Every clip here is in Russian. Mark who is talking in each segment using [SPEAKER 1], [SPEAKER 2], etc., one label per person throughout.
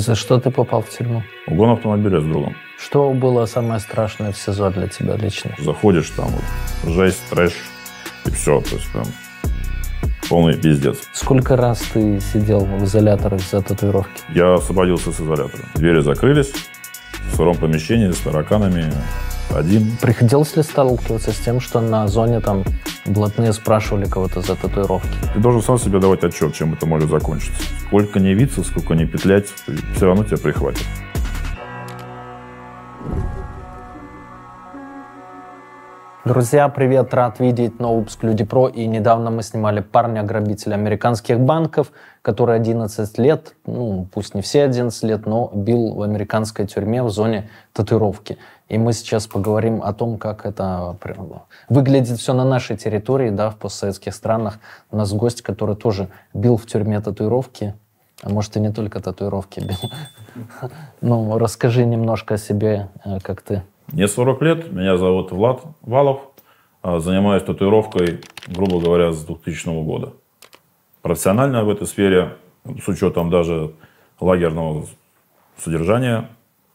[SPEAKER 1] За что ты попал в тюрьму?
[SPEAKER 2] Угон автомобиля с другом.
[SPEAKER 1] Что было самое страшное в СИЗО для тебя лично?
[SPEAKER 2] Заходишь, там вот, жесть, трэш, и все. То есть прям полный пиздец.
[SPEAKER 1] Сколько раз ты сидел в изоляторах за татуировки?
[SPEAKER 2] Я освободился с изолятора. Двери закрылись, в сыром помещении с тараканами, один.
[SPEAKER 1] Приходилось ли сталкиваться с тем, что на зоне там блатные спрашивали кого-то за татуировки?
[SPEAKER 2] Ты должен сам себе давать отчет, чем это может закончиться. Сколько не виться, сколько не петлять, все равно тебя прихватит.
[SPEAKER 1] Друзья, привет! Рад видеть новый выпуск Люди Про. И недавно мы снимали парня-грабителя американских банков, который 11 лет, пусть не все 11 лет, но бил в американской тюрьме в зоне татуировки. И мы сейчас поговорим о том, как это выглядит все на нашей территории, да, в постсоветских странах. У нас гость, который тоже бил в тюрьме татуировки. А может, и не только татуировки бил. Ну, расскажи немножко о себе, как ты.
[SPEAKER 2] Мне 40 лет, меня зовут Влад Валов. Занимаюсь татуировкой, грубо говоря, с 2000 года. Профессионально в этой сфере, с учетом даже лагерного содержания,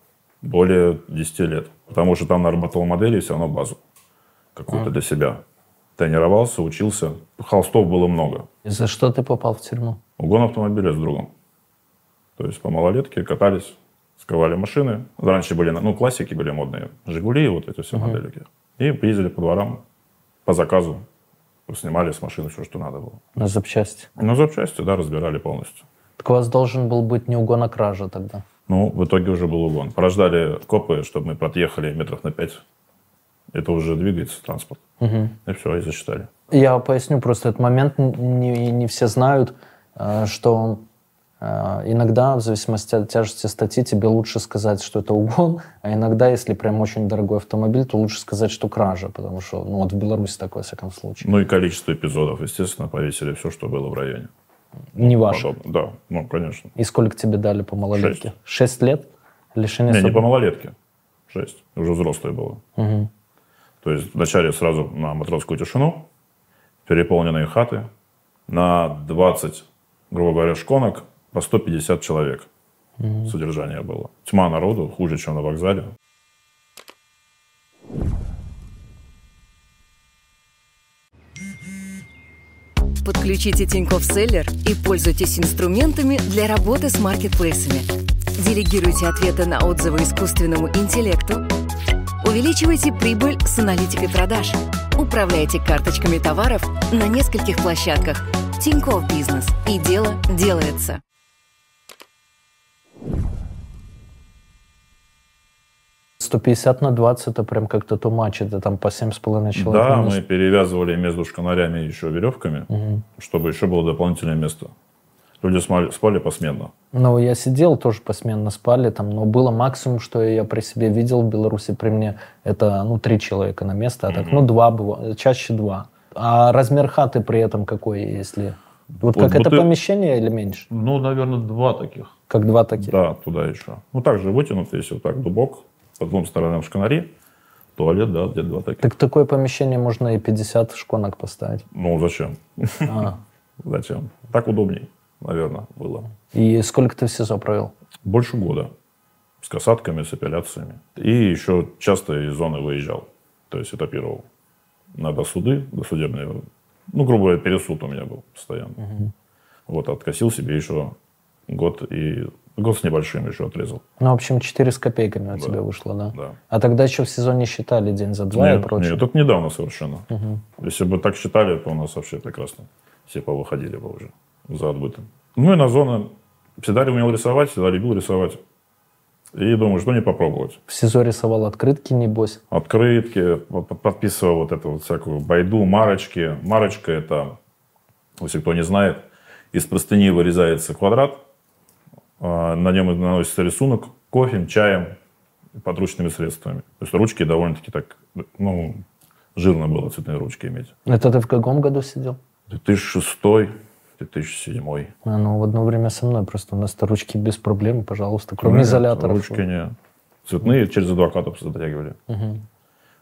[SPEAKER 2] более 10 лет. Потому что там нарабатывал модели, все равно базу какую-то для себя. Тренировался, учился. Холстов было много.
[SPEAKER 1] И за что ты попал в тюрьму?
[SPEAKER 2] Угон автомобиля с другом. То есть по малолетке катались, скрывали машины. Раньше были, классики были модные. «Жигули», вот эти все моделики. И ездили по дворам по заказу. Снимали с машины все, что надо было.
[SPEAKER 1] На запчасти?
[SPEAKER 2] На запчасти, да, разбирали полностью.
[SPEAKER 1] Так у вас должен был быть не угон, а кража тогда?
[SPEAKER 2] В итоге уже был угон. Порождали копы, чтобы мы подъехали метров на 5. Это уже двигается транспорт. И все, и засчитали.
[SPEAKER 1] Я поясню просто этот момент. Не все знают, что иногда, в зависимости от тяжести статьи, тебе лучше сказать, что это угон, а иногда, если прям очень дорогой автомобиль, то лучше сказать, что кража, потому что, в Беларуси такое, во всяком случае.
[SPEAKER 2] И количество эпизодов, естественно, повесили все, что было в районе.
[SPEAKER 1] Не ваше?
[SPEAKER 2] Да, конечно.
[SPEAKER 1] И сколько тебе дали по малолетке? 6 лет? Лишение
[SPEAKER 2] не по малолетке. 6. Уже взрослое было. То есть вначале сразу на Матросскую тишину, переполненные хаты, на 20, грубо говоря, шконок, по 150 человек содержание было. Тьма народу, хуже, чем на вокзале.
[SPEAKER 3] Подключите Тинькофф Селлер и пользуйтесь инструментами для работы с маркетплейсами. Делегируйте ответы на отзывы искусственному интеллекту. Увеличивайте прибыль с аналитикой продаж. Управляйте карточками товаров на нескольких площадках. Тинькофф Бизнес. И дело делается.
[SPEAKER 1] «150/20» это прям как-то too much, это там по 7,5 человек.
[SPEAKER 2] Да, мы перевязывали между шканарями еще веревками, чтобы еще было дополнительное место. Люди спали посменно.
[SPEAKER 1] Я сидел, тоже посменно спали, но было максимум, что я при себе видел в Беларуси при мне, это 3 человека на место, а так 2 было, чаще 2. А размер хаты при этом какой, если... как это помещение или меньше?
[SPEAKER 2] Наверное, 2 таких.
[SPEAKER 1] Как 2 таких?
[SPEAKER 2] Да, туда еще. Также вытянут, если вот так, дубок, по 2 сторонам шканари, туалет, да, где-то 2 таких.
[SPEAKER 1] Так такое помещение можно и 50 шконок поставить.
[SPEAKER 2] Зачем? Зачем? Так удобней, наверное, было.
[SPEAKER 1] И сколько ты в СИЗО провел?
[SPEAKER 2] Больше года. С касатками, с апелляциями. И еще часто из зоны выезжал. То есть этапировал. На досуды, досудебные. Грубо говоря, пересуд у меня был постоянно. Откосил себе еще год с небольшим еще отрезал.
[SPEAKER 1] В общем, 4 с копейками у тебя вышло, да?
[SPEAKER 2] Да.
[SPEAKER 1] А тогда еще в СИЗО не считали день за 2 и прочее?
[SPEAKER 2] Нет, это недавно совершенно. Если бы так считали, то у нас вообще прекрасно. Все повыходили бы уже за отбытым. И на зону. Всегда умел рисовать, всегда любил рисовать. И думаю, что не попробовать.
[SPEAKER 1] В СИЗО рисовал открытки, небось?
[SPEAKER 2] Открытки, подписывал эту всякую байду, марочки. Марочка — это, если кто не знает, из простыни вырезается квадрат, на нем наносится рисунок кофе, чаем и подручными средствами. То есть ручки довольно-таки так, жирно было цветные ручки иметь.
[SPEAKER 1] Это ты в каком году сидел?
[SPEAKER 2] 2006, 2007.
[SPEAKER 1] В одно время со мной просто. У нас-то ручки без проблем, пожалуйста, кроме изоляторов.
[SPEAKER 2] Ручки не. Цветные через адвокатов затягивали.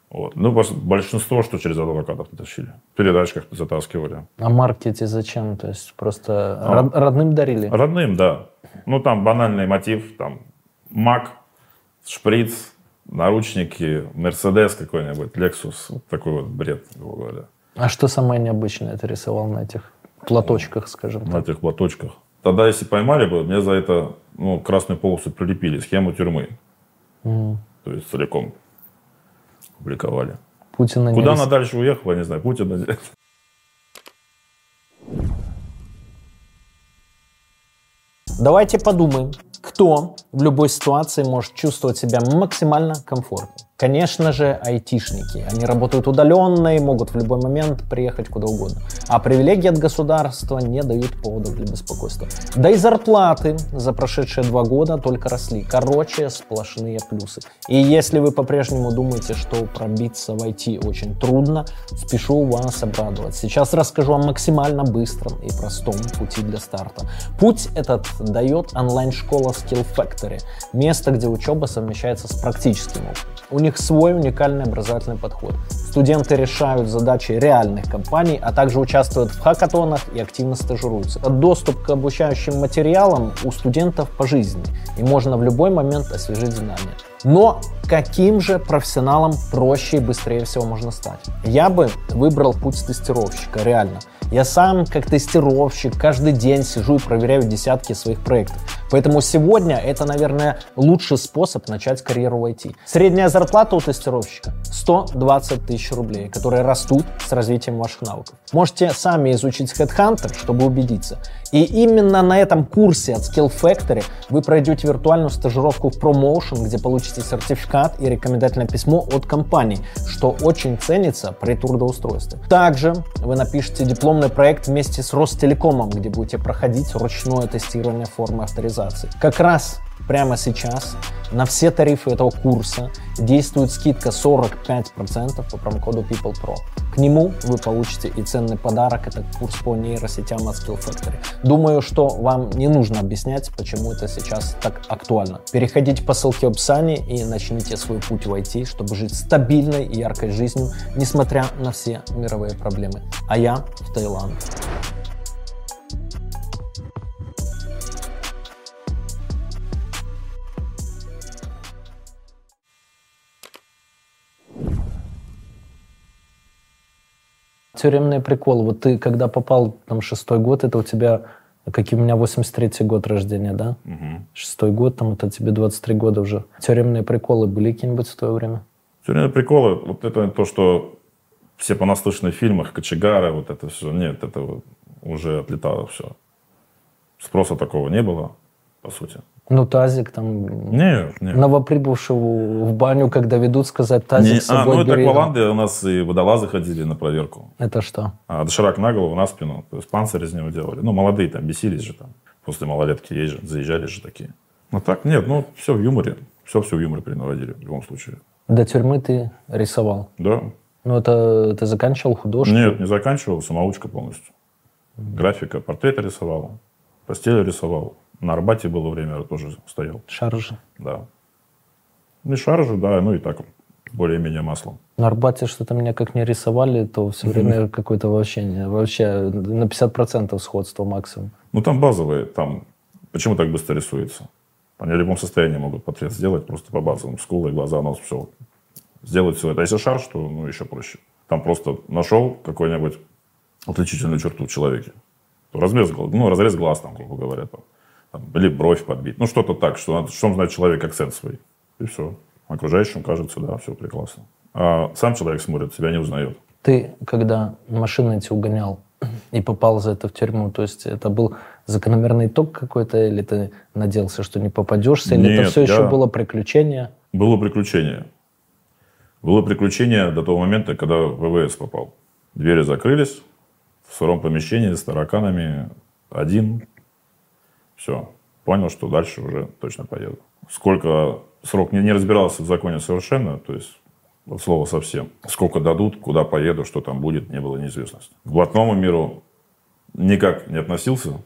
[SPEAKER 2] Вот. Ну, большинство, что через адвокатов тащили. В передачках затаскивали.
[SPEAKER 1] А маркете зачем? То есть просто родным дарили?
[SPEAKER 2] Родным, да. Ну, там банальный мотив. Там Мак, шприц, наручники, Мерседес какой-нибудь, Лексус. Такой вот бред, грубо говоря.
[SPEAKER 1] А что самое необычное ты рисовал на этих платочках, скажем так?
[SPEAKER 2] На этих платочках. Тогда, если поймали бы, мне за это красную полосу прилепили, схему тюрьмы. То есть целиком публиковали.
[SPEAKER 1] Путина
[SPEAKER 2] Куда она дальше уехала, не знаю. Путина.
[SPEAKER 1] Давайте подумаем, кто в любой ситуации может чувствовать себя максимально комфортно. Конечно же, айтишники. Они работают удаленно и могут в любой момент приехать куда угодно. А привилегии от государства не дают повода для беспокойства. Да и зарплаты за прошедшие 2 года только росли. Короче, сплошные плюсы. И если вы по-прежнему думаете, что пробиться в IT очень трудно, спешу вас обрадовать. Сейчас расскажу о максимально быстром и простом пути для старта. Путь этот дает онлайн-школа Skill Factory. Место, где учеба совмещается с практическим опытом. У них свой уникальный образовательный подход. Студенты решают задачи реальных компаний, а также участвуют в хакатонах и активно стажируются. Доступ к обучающим материалам у студентов пожизненный, и можно в любой момент освежить знания. Но каким же профессионалом проще и быстрее всего можно стать? Я бы выбрал путь тестировщика, реально. Я сам, как тестировщик, каждый день сижу и проверяю десятки своих проектов. Поэтому сегодня это, наверное, лучший способ начать карьеру в IT. Средняя зарплата у тестировщика 120 тысяч рублей, которые растут с развитием ваших навыков. Можете сами изучить Headhunter, чтобы убедиться. И именно на этом курсе от Skill Factory вы пройдете виртуальную стажировку в ProMotion, где получите сертификат и рекомендательное письмо от компании, что очень ценится при трудоустройстве. Также вы напишите дипломный проект вместе с Ростелекомом, где будете проходить ручное тестирование формы авторизации. Как раз прямо сейчас на все тарифы этого курса действует скидка 45% по промокоду PeoplePro. К нему вы получите и ценный подарок, это курс по нейросетям от Skill Factory. Думаю, что вам не нужно объяснять, почему это сейчас так актуально. Переходите по ссылке в описании и начните свой путь в IT, чтобы жить стабильной и яркой жизнью, несмотря на все мировые проблемы. А я в Таиланд. Тюремные приколы. Вот ты, когда попал, там, 6-й год, это у тебя, как и у меня, 83-й год рождения, да? 6-й год, там, это тебе 23 года уже. Тюремные приколы были какие-нибудь в то время?
[SPEAKER 2] Тюремные приколы, вот это то, что все понаслышаны в фильмах, кочегары, вот это все. Нет, это уже отлетало все. Спроса такого не было, по сути.
[SPEAKER 1] Ну, тазик там...
[SPEAKER 2] Нет.
[SPEAKER 1] Новоприбывшего в баню, когда ведут, сказать, тазик с собой бери.
[SPEAKER 2] Так в Голландии у нас и водолазы ходили на проверку.
[SPEAKER 1] Это что?
[SPEAKER 2] Доширак на голову, на спину. То есть панцирь из него делали. Ну, молодые там бесились же там. После малолетки заезжали же такие. Ну, так, нет, все в юморе. Все в юморе перенаводили в любом случае.
[SPEAKER 1] До тюрьмы ты рисовал?
[SPEAKER 2] Да.
[SPEAKER 1] Ну, это ты заканчивал художку?
[SPEAKER 2] Нет, не заканчивал, самоучка полностью. Графика, портреты рисовал, постели рисовал. На Арбате было время, я тоже стоял.
[SPEAKER 1] Шаржи?
[SPEAKER 2] Да. Ну и шаржи, да, ну и так, более-менее маслом.
[SPEAKER 1] На Арбате что-то меня как не рисовали, то все время какое-то вообще на 50% сходство максимум.
[SPEAKER 2] Ну там базовые, там почему так быстро рисуется? Они в любом состоянии могут портрет сделать, просто по базовым. Скулы, глаза, нос, все. Сделать все это. А если шарж, то еще проще. Там просто нашел какую-нибудь отличительную черту в человеке. Разрез глаз, там, грубо говоря, там. Или бровь подбить. Ну, что-то так, что он знает человек акцент свой. И все. Окружающим кажется, да, все прекрасно. А сам человек смотрит, себя не узнает.
[SPEAKER 1] Ты, когда машины эти угонял и попал за это в тюрьму, то есть это был закономерный итог какой-то, или ты надеялся, что не попадешься, или это все еще было приключение?
[SPEAKER 2] Было приключение. Было приключение до того момента, когда в ВВС попал. Двери закрылись, в сыром помещении с тараканами, один. Все. Понял, что дальше уже точно поеду. Сколько срок, не разбирался в законе совершенно, то есть от слова совсем. Сколько дадут, куда поеду, что там будет, не было неизвестности. К блатному миру никак не относился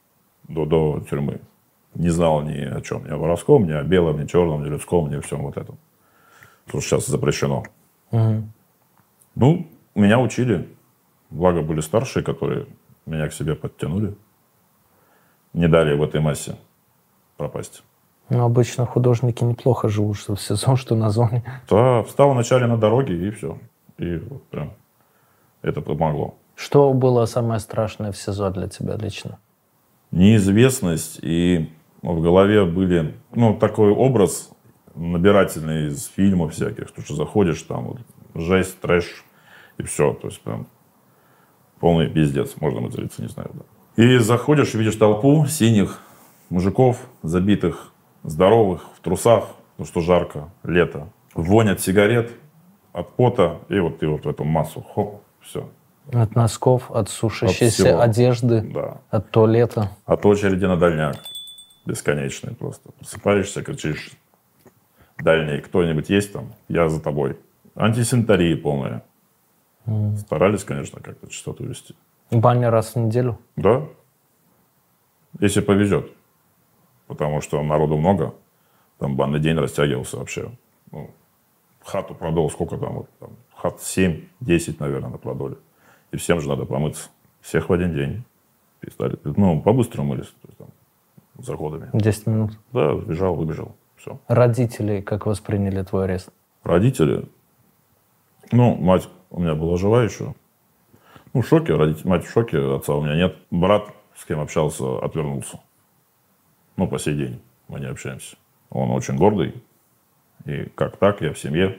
[SPEAKER 2] до тюрьмы. Не знал ни о чем, ни о воровском, ни о белом, ни о черном, ни о людском, ни о всем вот этом. Потому что сейчас запрещено.
[SPEAKER 1] Угу.
[SPEAKER 2] Ну, меня учили. Благо были старшие, которые меня к себе подтянули. Не дали в этой массе пропасть.
[SPEAKER 1] Ну, обычно художники неплохо живут, что в СИЗО, что на зоне.
[SPEAKER 2] Да, встал вначале на дороге, и все. И вот прям это помогло.
[SPEAKER 1] Что было самое страшное в СИЗО для тебя лично?
[SPEAKER 2] Неизвестность, и в голове были, ну, такой образ набирательный из фильмов всяких, что заходишь, там вот, жесть, трэш, и все. То есть прям полный пиздец, можно материться, не знаю. Да. И заходишь, видишь толпу синих мужиков, забитых, здоровых, в трусах, потому что жарко, лето. Вонь от сигарет, от пота, и вот ты вот в эту массу, хоп, все.
[SPEAKER 1] От носков, от сушащейся одежды,
[SPEAKER 2] да.
[SPEAKER 1] от туалета.
[SPEAKER 2] От очереди на дальняк. Бесконечный просто. Просыпаешься, кричишь: дальний, кто-нибудь есть там? Я за тобой. Антисанитария полная. Старались, конечно, как-то чистоту вести.
[SPEAKER 1] Баня раз в неделю?
[SPEAKER 2] Да. Если повезет. Потому что народу много. Там банный день растягивался вообще. Ну, хату продал, сколько там? Вот, там хат 7-10, наверное, на продоле. И всем же надо помыться. Всех в один день. Перестали. Ну, по-быстрому мылись. То есть, там, за ходами.
[SPEAKER 1] 10 минут?
[SPEAKER 2] Да, сбежал, выбежал. Все.
[SPEAKER 1] Родители как восприняли твой арест?
[SPEAKER 2] Родители? Ну, мать у меня была жива еще. Ну, в шоке. Мать в шоке, отца у меня нет. Брат, с кем общался, отвернулся. Ну, по сей день мы не общаемся. Он очень гордый. И как так, я в семье.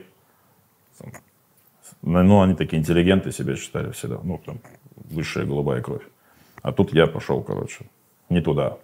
[SPEAKER 2] Ну, они такие интеллигенты себя считали всегда. Ну, там, высшая голубая кровь. А тут я пошел, короче, не туда.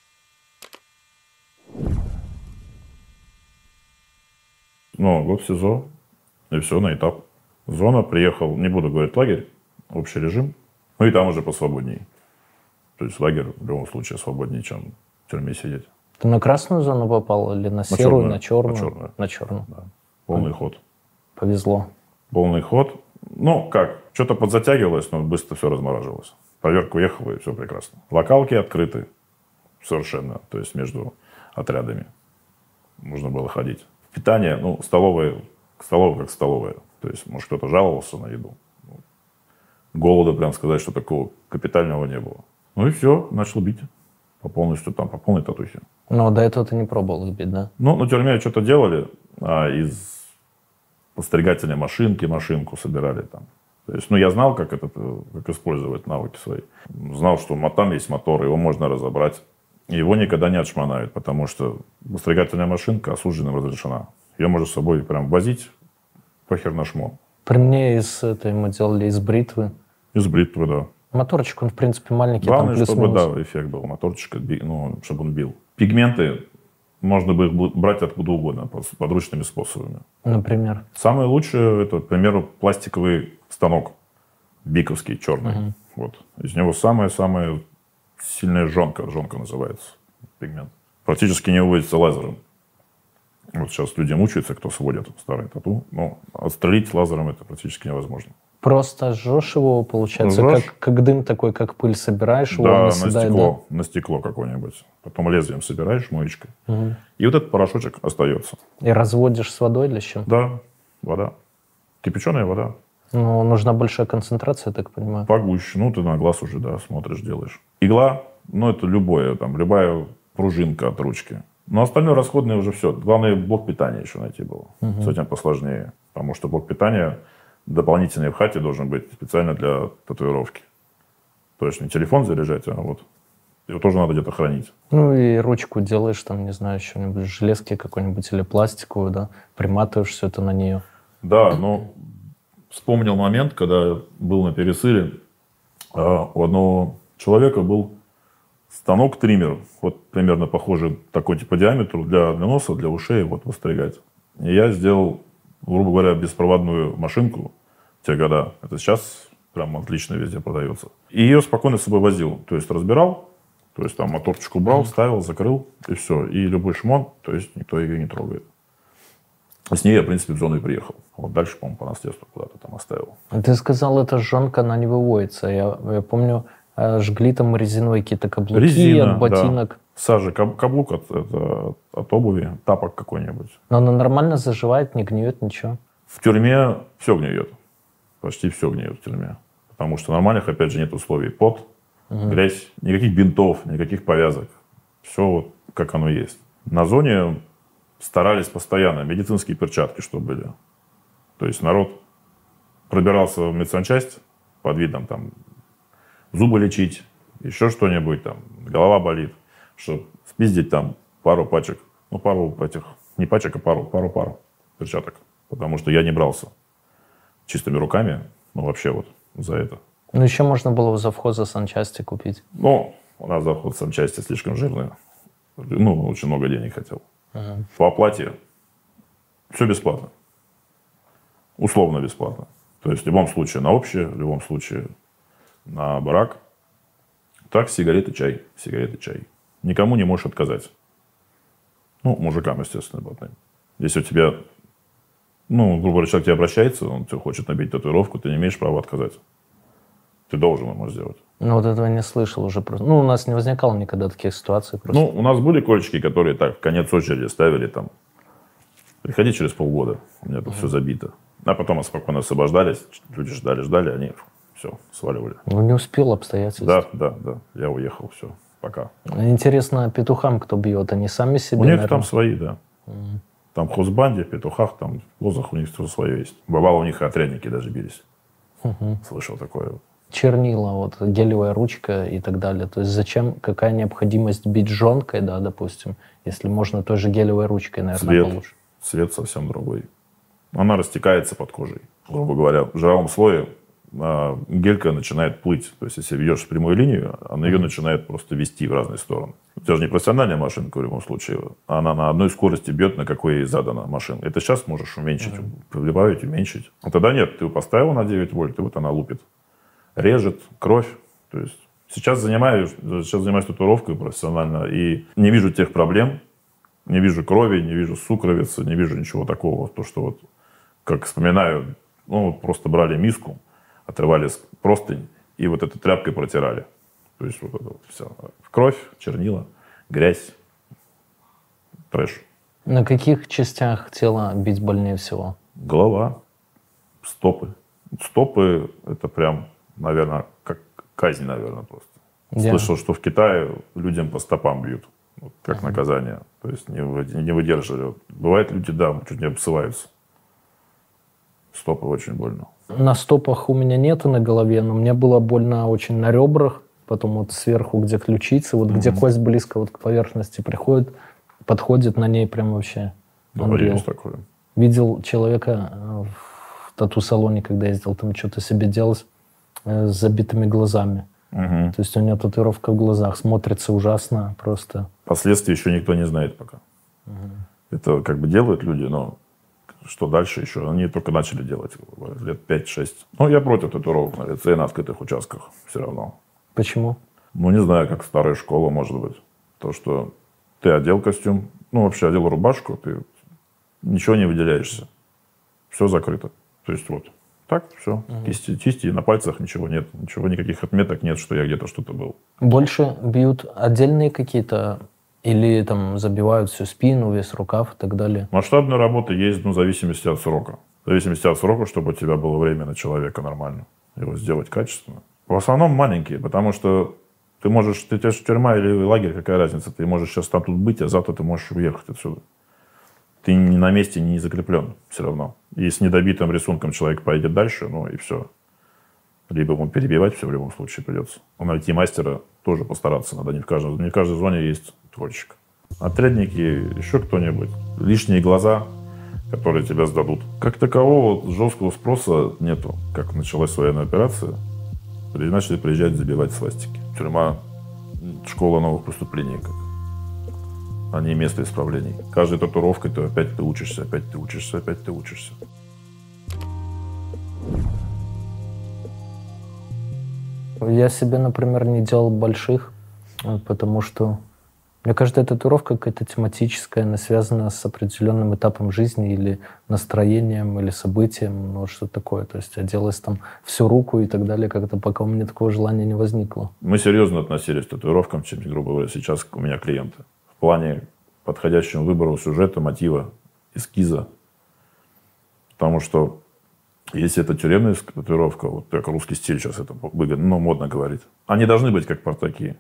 [SPEAKER 2] Ну, год в СИЗО. И все, на этап. Зона, приехал, не буду говорить лагерь, общий режим. Ну, и там уже посвободней. То есть лагерь в любом случае свободнее, чем в тюрьме сидеть.
[SPEAKER 1] Ты на красную зону попал или на серую, на черную?
[SPEAKER 2] На черную.
[SPEAKER 1] На черную.
[SPEAKER 2] Да. Полный ход.
[SPEAKER 1] Повезло.
[SPEAKER 2] Полный ход. Ну, как, что-то подзатягивалось, но быстро все размораживалось. Проверка уехала, и все прекрасно. Локалки открыты совершенно, то есть между отрядами. Можно было ходить. Питание, ну, столовая как столовая. То есть, может, кто-то жаловался на еду. Голода, прям сказать, что такого капитального не было. Ну и все, начал бить. По полной татухе.
[SPEAKER 1] Но до этого ты не пробовал их бить, да?
[SPEAKER 2] Ну, на тюрьме что-то делали, из подстригательной машинку собирали там. То есть, ну, я знал, как использовать навыки свои. Знал, что там есть мотор, его можно разобрать. И его никогда не отшмонают, потому что подстригательная машинка осужденным разрешена. Ее можно с собой прям возить, похер на шмон.
[SPEAKER 1] При мне мы делали из бритвы.
[SPEAKER 2] Из бритвы, да.
[SPEAKER 1] Моторчик, он, в принципе, маленький.
[SPEAKER 2] Главное,
[SPEAKER 1] там
[SPEAKER 2] чтобы, да, эффект был. Моторчик, ну, чтобы он бил. Пигменты, можно бы их брать откуда угодно, подручными способами.
[SPEAKER 1] Например?
[SPEAKER 2] Самое лучшее, это, к примеру, пластиковый станок. Биковский, черный. Угу. Вот. Из него самая-самая сильная жонка. Жонка называется пигмент. Практически не выводится лазером. Вот сейчас люди мучаются, кто сводит старый тату. Но отстрелить лазером это практически невозможно.
[SPEAKER 1] Просто жжешь его, получается, как дым такой, как пыль собираешь его,
[SPEAKER 2] да,
[SPEAKER 1] наседает,
[SPEAKER 2] на стекло какое-нибудь. Потом лезвием собираешь, моечкой.
[SPEAKER 1] Угу.
[SPEAKER 2] И вот этот порошочек остается.
[SPEAKER 1] И разводишь с водой или с чем?
[SPEAKER 2] Да, вода. Кипяченая вода.
[SPEAKER 1] Ну, нужна большая концентрация, я так понимаю.
[SPEAKER 2] Погуще. Ну, ты на глаз уже, да, смотришь, делаешь. Игла, ну, это любая пружинка от ручки. Но остальное расходное уже все. Главное, блок питания еще найти было. Угу. С этим посложнее. Потому что блок питания дополнительный в хате должен быть специально для татуировки. То есть не телефон заряжать, а вот его тоже надо где-то хранить.
[SPEAKER 1] Ну и ручку делаешь там, не знаю, что-нибудь, железки какой-нибудь или пластиковую, да, приматываешь все это на нее.
[SPEAKER 2] Да, но вспомнил момент, когда был на пересыле, у одного человека был станок-триммер, вот примерно похожий такой типа диаметру для носа, для ушей, вот постригать. И я сделал, грубо говоря, беспроводную машинку в те года. Это сейчас прям отлично везде продается. И ее спокойно с собой возил. То есть разбирал, то есть там моторчик убрал, ставил, закрыл, и все. И любой шмон, то есть никто ее не трогает. С ней я, в принципе, в зону и приехал. Вот дальше, по-моему, по наследству куда-то там оставил.
[SPEAKER 1] Ты сказал, эта жжёнка, она не выводится. Я помню, жгли там резиновые какие-то каблуки.
[SPEAKER 2] Резина,
[SPEAKER 1] от ботинок.
[SPEAKER 2] Да. Сажа, каблук от обуви, тапок какой-нибудь.
[SPEAKER 1] Но она нормально заживает, не гниет, ничего?
[SPEAKER 2] В тюрьме все гниет. Почти все гниет в тюрьме. Потому что нормальных, опять же, нет условий. Пот, грязь, никаких бинтов, никаких повязок. Все вот как оно есть. На зоне старались постоянно. Медицинские перчатки, что были. То есть народ пробирался в медсанчасть под видом там зубы лечить, еще что-нибудь, там, голова болит, чтобы спиздить там пару пачек, ну, пару этих, не пачек, а пару перчаток. Потому что я не брался чистыми руками, ну, вообще вот за это.
[SPEAKER 1] Ну, еще можно было у завхоза санчасти купить.
[SPEAKER 2] Ну, у нас завхоз санчасти слишком жирный. Ну, очень много денег хотел. По оплате все бесплатно. Условно бесплатно. То есть в любом случае на общее, в любом случае на барак. Так, сигареты, чай. Никому не можешь отказать. Ну, мужикам, естественно, блатным. Если у тебя, ну, грубо говоря, человек к тебе обращается, он тебе хочет набить татуировку, ты не имеешь права отказать. Ты должен ему сделать.
[SPEAKER 1] Ну, вот этого не слышал уже просто. Ну, у нас не возникало никогда таких ситуаций. Просто.
[SPEAKER 2] Ну, у нас были кольчики, которые так в конец очереди ставили там. Приходи через полгода, у меня тут все забито. А потом спокойно освобождались, люди ждали, они все, сваливали.
[SPEAKER 1] Ну, не успел обстоятельства.
[SPEAKER 2] Да, я уехал, все, пока.
[SPEAKER 1] Интересно, петухам кто бьет? Они сами себе,
[SPEAKER 2] У них
[SPEAKER 1] наверное...
[SPEAKER 2] там свои, да. Там в хозбанде, в петухах, там в лозах у них все свое есть. Бывало, у них и отрядники даже бились. Слышал такое.
[SPEAKER 1] Чернила, вот, гелевая ручка и так далее. То есть зачем, какая необходимость бить жонкой, да, допустим, если можно той же гелевой ручкой, наверное, получше.
[SPEAKER 2] Цвет совсем другой. Она растекается под кожей. Грубо говоря, в жировом слое гелька начинает плыть. То есть, если бьешь прямую линию, она ее начинает просто вести в разные стороны. У тебя же не профессиональная машинка в любом случае. Она на одной скорости бьет, на какой ей задана машина. Это сейчас можешь уменьшить, прибавить, уменьшить. А тогда нет, ты поставил на 9 вольт, и вот она лупит. Режет, кровь. То есть, сейчас занимаюсь татуировкой профессионально, и не вижу тех проблем, не вижу крови, не вижу сукровицы, не вижу ничего такого. То, что вот, как вспоминаю, ну, вот просто брали миску, отрывали простынь и вот этой тряпкой протирали. То есть вот это вот все. Кровь, чернила, грязь, трэш.
[SPEAKER 1] На каких частях тела бить больнее всего?
[SPEAKER 2] Голова, стопы. Стопы — это прям, наверное, как казнь, наверное, просто. Слышал, что в Китае людям по стопам бьют. Вот, как наказание. То есть не выдерживали. Бывает, люди, да, чуть не обсываются. Стопы очень больно.
[SPEAKER 1] На стопах у меня нету на голове, но мне было больно очень на ребрах. Потом вот сверху, где ключицы, вот где кость близко вот к поверхности подходит на ней прям вообще.
[SPEAKER 2] Да, есть такое.
[SPEAKER 1] Видел человека в тату-салоне, когда ездил, там что-то себе делать с забитыми глазами. То есть у него татуировка в глазах, смотрится ужасно просто.
[SPEAKER 2] Последствий еще никто не знает пока. Это как бы делают люди, но что дальше еще? Они только начали делать лет 5-6. Ну, я против татуировок на лице и на открытых участках все равно.
[SPEAKER 1] Почему?
[SPEAKER 2] Ну, не знаю, как старая школа, может быть. То, что ты одел костюм, ну, вообще одел рубашку, ты ничего не выделяешься. Все закрыто. То есть вот так, все. Кисти, на пальцах ничего нет. Ничего, никаких отметок нет, что я где-то что-то был.
[SPEAKER 1] Больше бьют отдельные какие-то или там забивают всю спину, весь рукав и так далее?
[SPEAKER 2] Масштабная работа есть, ну, в зависимости от срока. В зависимости от срока, чтобы у тебя было время на человека нормально. Его сделать качественно. В основном маленькие, потому что ты можешь, ты же тюрьма или лагерь, какая разница? Ты можешь сейчас там тут быть, а завтра ты можешь уехать отсюда. Ты не на месте, не закреплен все равно. И с недобитым рисунком человек пойдет дальше, ну и все. Либо ему перебивать все в любом случае придется. А найти мастера тоже постараться надо. Не в каждой зоне есть творчик. Отрядники, еще кто-нибудь. Лишние глаза, которые тебя сдадут. Как такового жесткого спроса нету. Как началась военная операция, начали приезжать забивать свастики. Тюрьма — школа новых преступлений, а не место исправлений. Каждой татуировкой ты опять учишься, опять ты учишься, опять ты учишься.
[SPEAKER 1] Я себе, например, не делал больших, потому что мне кажется, эта татуировка какая-то тематическая, она связана с определенным этапом жизни или настроением, или событием, ну, что-то такое. То есть оделась там всю руку и так далее, как-то пока у меня такого желания не возникло.
[SPEAKER 2] Мы серьезно относились к татуировкам, чем, грубо говоря, сейчас у меня клиенты. В плане подходящего выбора сюжета, мотива, эскиза. Потому что если это тюремная татуировка, вот как русский стиль сейчас это выгодно, ну, модно говорить, они должны быть как портаки.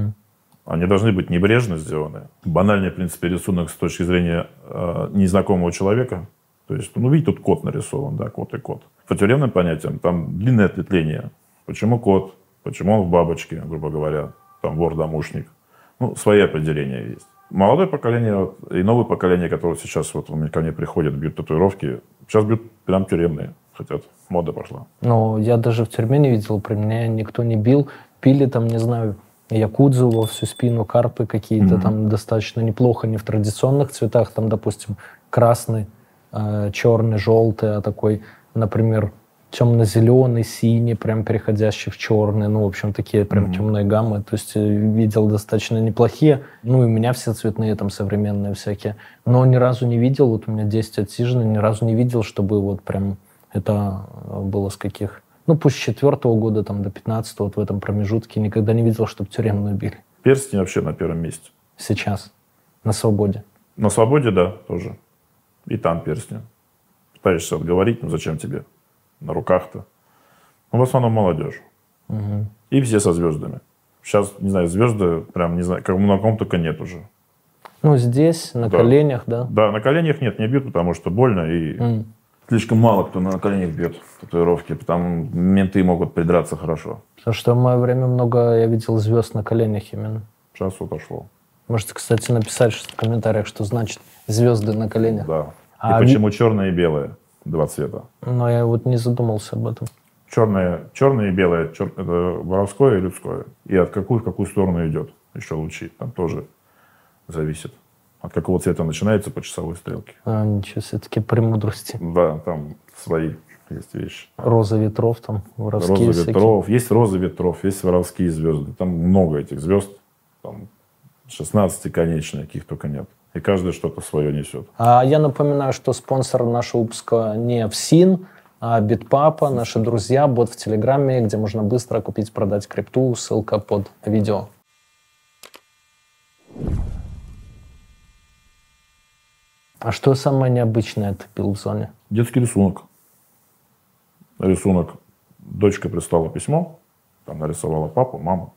[SPEAKER 2] Они должны быть небрежно сделаны. Банальный, в принципе, рисунок с точки зрения незнакомого человека. То есть, ну, видите, тут кот нарисован, да, кот и кот. По тюремным понятиям там длинное ответвление. Почему кот? Почему он в бабочке, грубо говоря? Там вор-домушник. Ну, свои определения есть. Молодое поколение вот, и новое поколение, которое сейчас вот ко мне приходят, бьют татуировки, сейчас бьют прям тюремные. Хотят. Мода пошла.
[SPEAKER 1] Ну, я даже в тюрьме не видел, при мне никто не бил. Пили там, не знаю, якудзу во всю спину, карпы какие-то там достаточно неплохо, не в традиционных цветах, там, допустим, красный, черный, желтый, а такой, например, темно-зеленый, синий, прям переходящий в черный, ну, в общем, такие прям темные гаммы, то есть видел достаточно неплохие, ну, и у меня все цветные там современные всякие, но ни разу не видел, вот у меня 10 отсижено, ни разу не видел, чтобы вот прям это было с каких... Ну, пусть с 4-го года там, до 15-го, вот в этом промежутке, никогда не видел, чтобы тюремную били.
[SPEAKER 2] Перстень вообще на первом месте.
[SPEAKER 1] Сейчас. На свободе.
[SPEAKER 2] На свободе, да, тоже. И там перстень. Пытаешься отговорить, ну зачем тебе? На руках-то. Ну, в основном молодежь. И все со звездами. Сейчас, не знаю, звезды, прям, не знаю, как на ком только нет уже.
[SPEAKER 1] Ну, здесь, на коленях, да?
[SPEAKER 2] Да, на коленях нет, не бьют, потому что больно и... Слишком мало кто на коленях бьет татуировки, потому менты могут придраться хорошо.
[SPEAKER 1] Потому что в мое время много я видел звезд на коленях именно.
[SPEAKER 2] Сейчас отошло.
[SPEAKER 1] Можете, кстати, написать в комментариях, что значит звезды на коленях.
[SPEAKER 2] Да. И почему черное и белое? Два цвета.
[SPEAKER 1] Но я вот не задумался об этом.
[SPEAKER 2] Черное и белое это воровское и людское. И в какую сторону идет еще лучи. Там тоже зависит. От какого цвета начинается по часовой стрелке.
[SPEAKER 1] Ничего, все-таки премудрости.
[SPEAKER 2] Да, там свои есть вещи.
[SPEAKER 1] Роза ветров, там воровские.
[SPEAKER 2] Роза ветров. Есть роза ветров, есть воровские звезды. Там много этих звезд. Там 16-конечные, каких только нет. И каждый что-то свое несет.
[SPEAKER 1] А я напоминаю, что спонсор нашего выпуска не ФСИН, а Bitpapa, наши друзья, бот в Телеграме, где можно быстро купить, продать крипту. Ссылка под видео. А что самое необычное ты пил в зоне?
[SPEAKER 2] Детский рисунок. Дочка прислала письмо, там нарисовала папу, маму.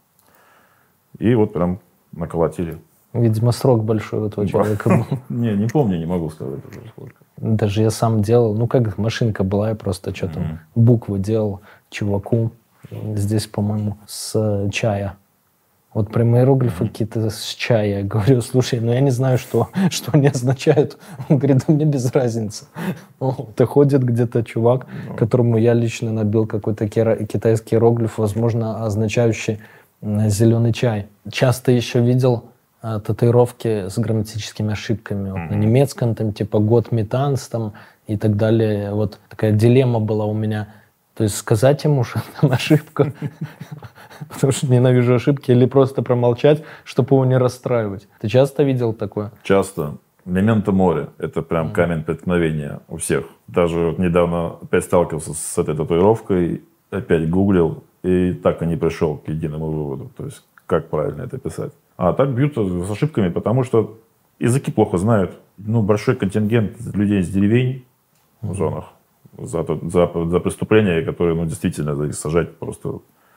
[SPEAKER 2] И вот прям наколотили.
[SPEAKER 1] Видимо, срок большой у этого человека был.
[SPEAKER 2] Не помню, не могу сказать уже сколько.
[SPEAKER 1] Даже я сам делал. Ну, как машинка была, я просто что-то буквы делал чуваку. Здесь, по-моему, с чая. Вот прям иероглифы какие-то с чая. Я говорю, слушай, ну я не знаю, что они означают. Он говорит, да мне без разницы. Вот, и ходит где-то чувак, которому я лично набил какой-то китайский иероглиф, возможно, означающий зеленый чай. Часто еще видел татуировки с грамматическими ошибками. Вот на немецком там типа год метанс там и так далее. Вот такая дилемма была у меня. То есть сказать ему, что там ошибка, потому что ненавижу ошибки, или просто промолчать, чтобы его не расстраивать. Ты часто видел такое?
[SPEAKER 2] Часто. Мементо море. Это прям камень преткновения у всех. Даже вот недавно опять сталкивался с этой татуировкой, опять гуглил, и так и не пришел к единому выводу. То есть, как правильно это писать. А так бьют с ошибками, потому что языки плохо знают. Ну, большой контингент людей из деревень в зонах. За преступления, которые, ну, действительно, за их сажать просто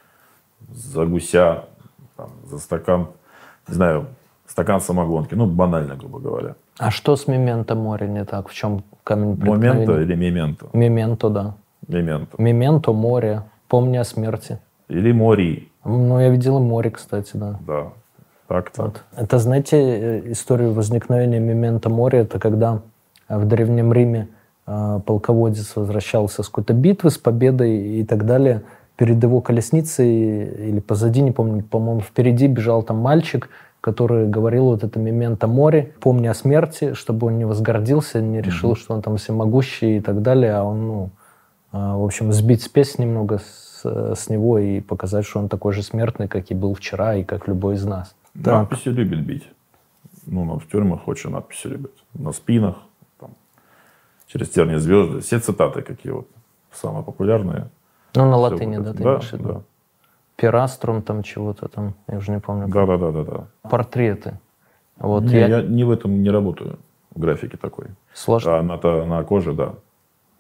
[SPEAKER 2] за гуся, там, за стакан, не знаю, стакан самогонки. Ну, банально, грубо говоря.
[SPEAKER 1] А что с мементо море не так? В чем камень преткновения?
[SPEAKER 2] Моменто или мементо?
[SPEAKER 1] Мементо, да.
[SPEAKER 2] Мементо.
[SPEAKER 1] Мементо море. Помни о смерти.
[SPEAKER 2] Или мори.
[SPEAKER 1] Ну, я видел море, кстати, да.
[SPEAKER 2] Да. Так-то.
[SPEAKER 1] Вот. Это, знаете, историю возникновения мементо море, это когда в Древнем Риме полководец возвращался с какой-то битвы, с победой и так далее. Перед его колесницей или позади, не помню, по-моему, впереди бежал там мальчик, который говорил вот это мементо море, помни о смерти, чтобы он не возгордился, не решил, что он там всемогущий и так далее, а он, ну, в общем, сбить спесь немного с него и показать, что он такой же смертный, как и был вчера, и как любой из нас.
[SPEAKER 2] Надписи любят бить. Ну, в тюрьмах очень надписи любят. На спинах, там, через тернии звезды. Все цитаты какие вот самые популярные.
[SPEAKER 1] Ну, на латыни,
[SPEAKER 2] вот
[SPEAKER 1] да,
[SPEAKER 2] это.
[SPEAKER 1] ты имеешь в виду?
[SPEAKER 2] Да.
[SPEAKER 1] Пираструм там чего-то там, я уже не помню.
[SPEAKER 2] Да.
[SPEAKER 1] Портреты. Вот
[SPEAKER 2] я не в этом не работаю, в графике такой.
[SPEAKER 1] Сложно.
[SPEAKER 2] А на коже, да.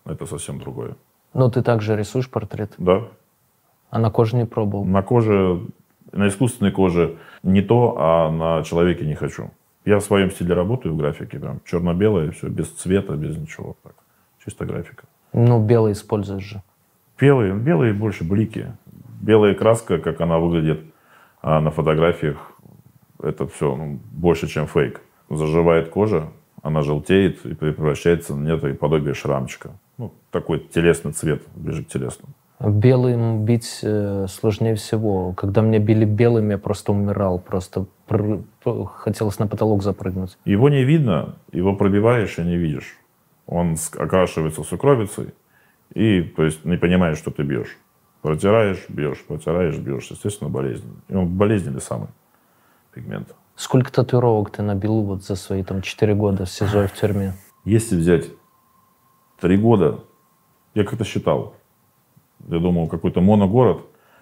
[SPEAKER 2] это совсем другое.
[SPEAKER 1] Но ты также рисуешь портрет?
[SPEAKER 2] Да.
[SPEAKER 1] А на коже не пробовал?
[SPEAKER 2] На коже, на искусственной коже не то, а на человеке не хочу. Я в своем стиле работаю в графике, прям черно-белое, все, без цвета, без ничего. Так. Чисто графика.
[SPEAKER 1] Ну, белый используешь же.
[SPEAKER 2] Белые больше блики. Белая краска, как она выглядит на фотографиях, это все больше, чем фейк. Заживает кожа, она желтеет и превращается в некое подобие шрамчика. Ну, такой телесный цвет, ближе к телесному.
[SPEAKER 1] Белым бить сложнее всего. Когда меня били белым, я просто умирал. Просто хотелось на потолок запрыгнуть.
[SPEAKER 2] Его не видно, его пробиваешь и не видишь. Он окрашивается сукровицей, и, то есть, не понимаешь, что ты бьешь. Протираешь, бьешь, естественно, болезнь. И он болезненный самый пигмент.
[SPEAKER 1] Сколько татуировок ты набил вот за свои 4 года в СИЗО и в тюрьме?
[SPEAKER 2] Если взять 3 года, я как-то считал, я думал, какой-то моногород,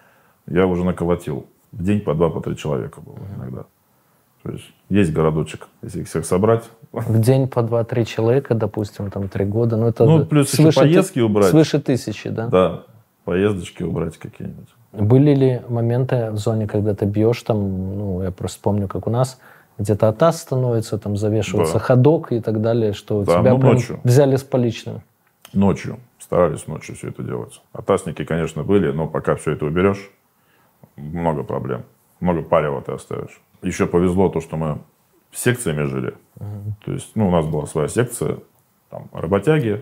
[SPEAKER 2] я уже наколотил. В день по 2, по 3 человека было иногда. То есть городочек, если их всех собрать.
[SPEAKER 1] В день по 2-3 человека, допустим, 3 года. Ну, это
[SPEAKER 2] плюс еще поездки убрать.
[SPEAKER 1] Свыше 1000, да?
[SPEAKER 2] Да, поездочки убрать какие-нибудь.
[SPEAKER 1] Были ли моменты в зоне, когда ты бьешь, я просто помню, как у нас, где-то атас становится, завешивается ходок и так далее, что тебя прям
[SPEAKER 2] ночью.
[SPEAKER 1] Взяли с поличным?
[SPEAKER 2] Ночью. Старались ночью все это делать. Атасники, конечно, были, но пока все это уберешь, много проблем. Много палева ты оставишь. Еще повезло то, что мы секциями жили. То есть, у нас была своя секция, там, работяги,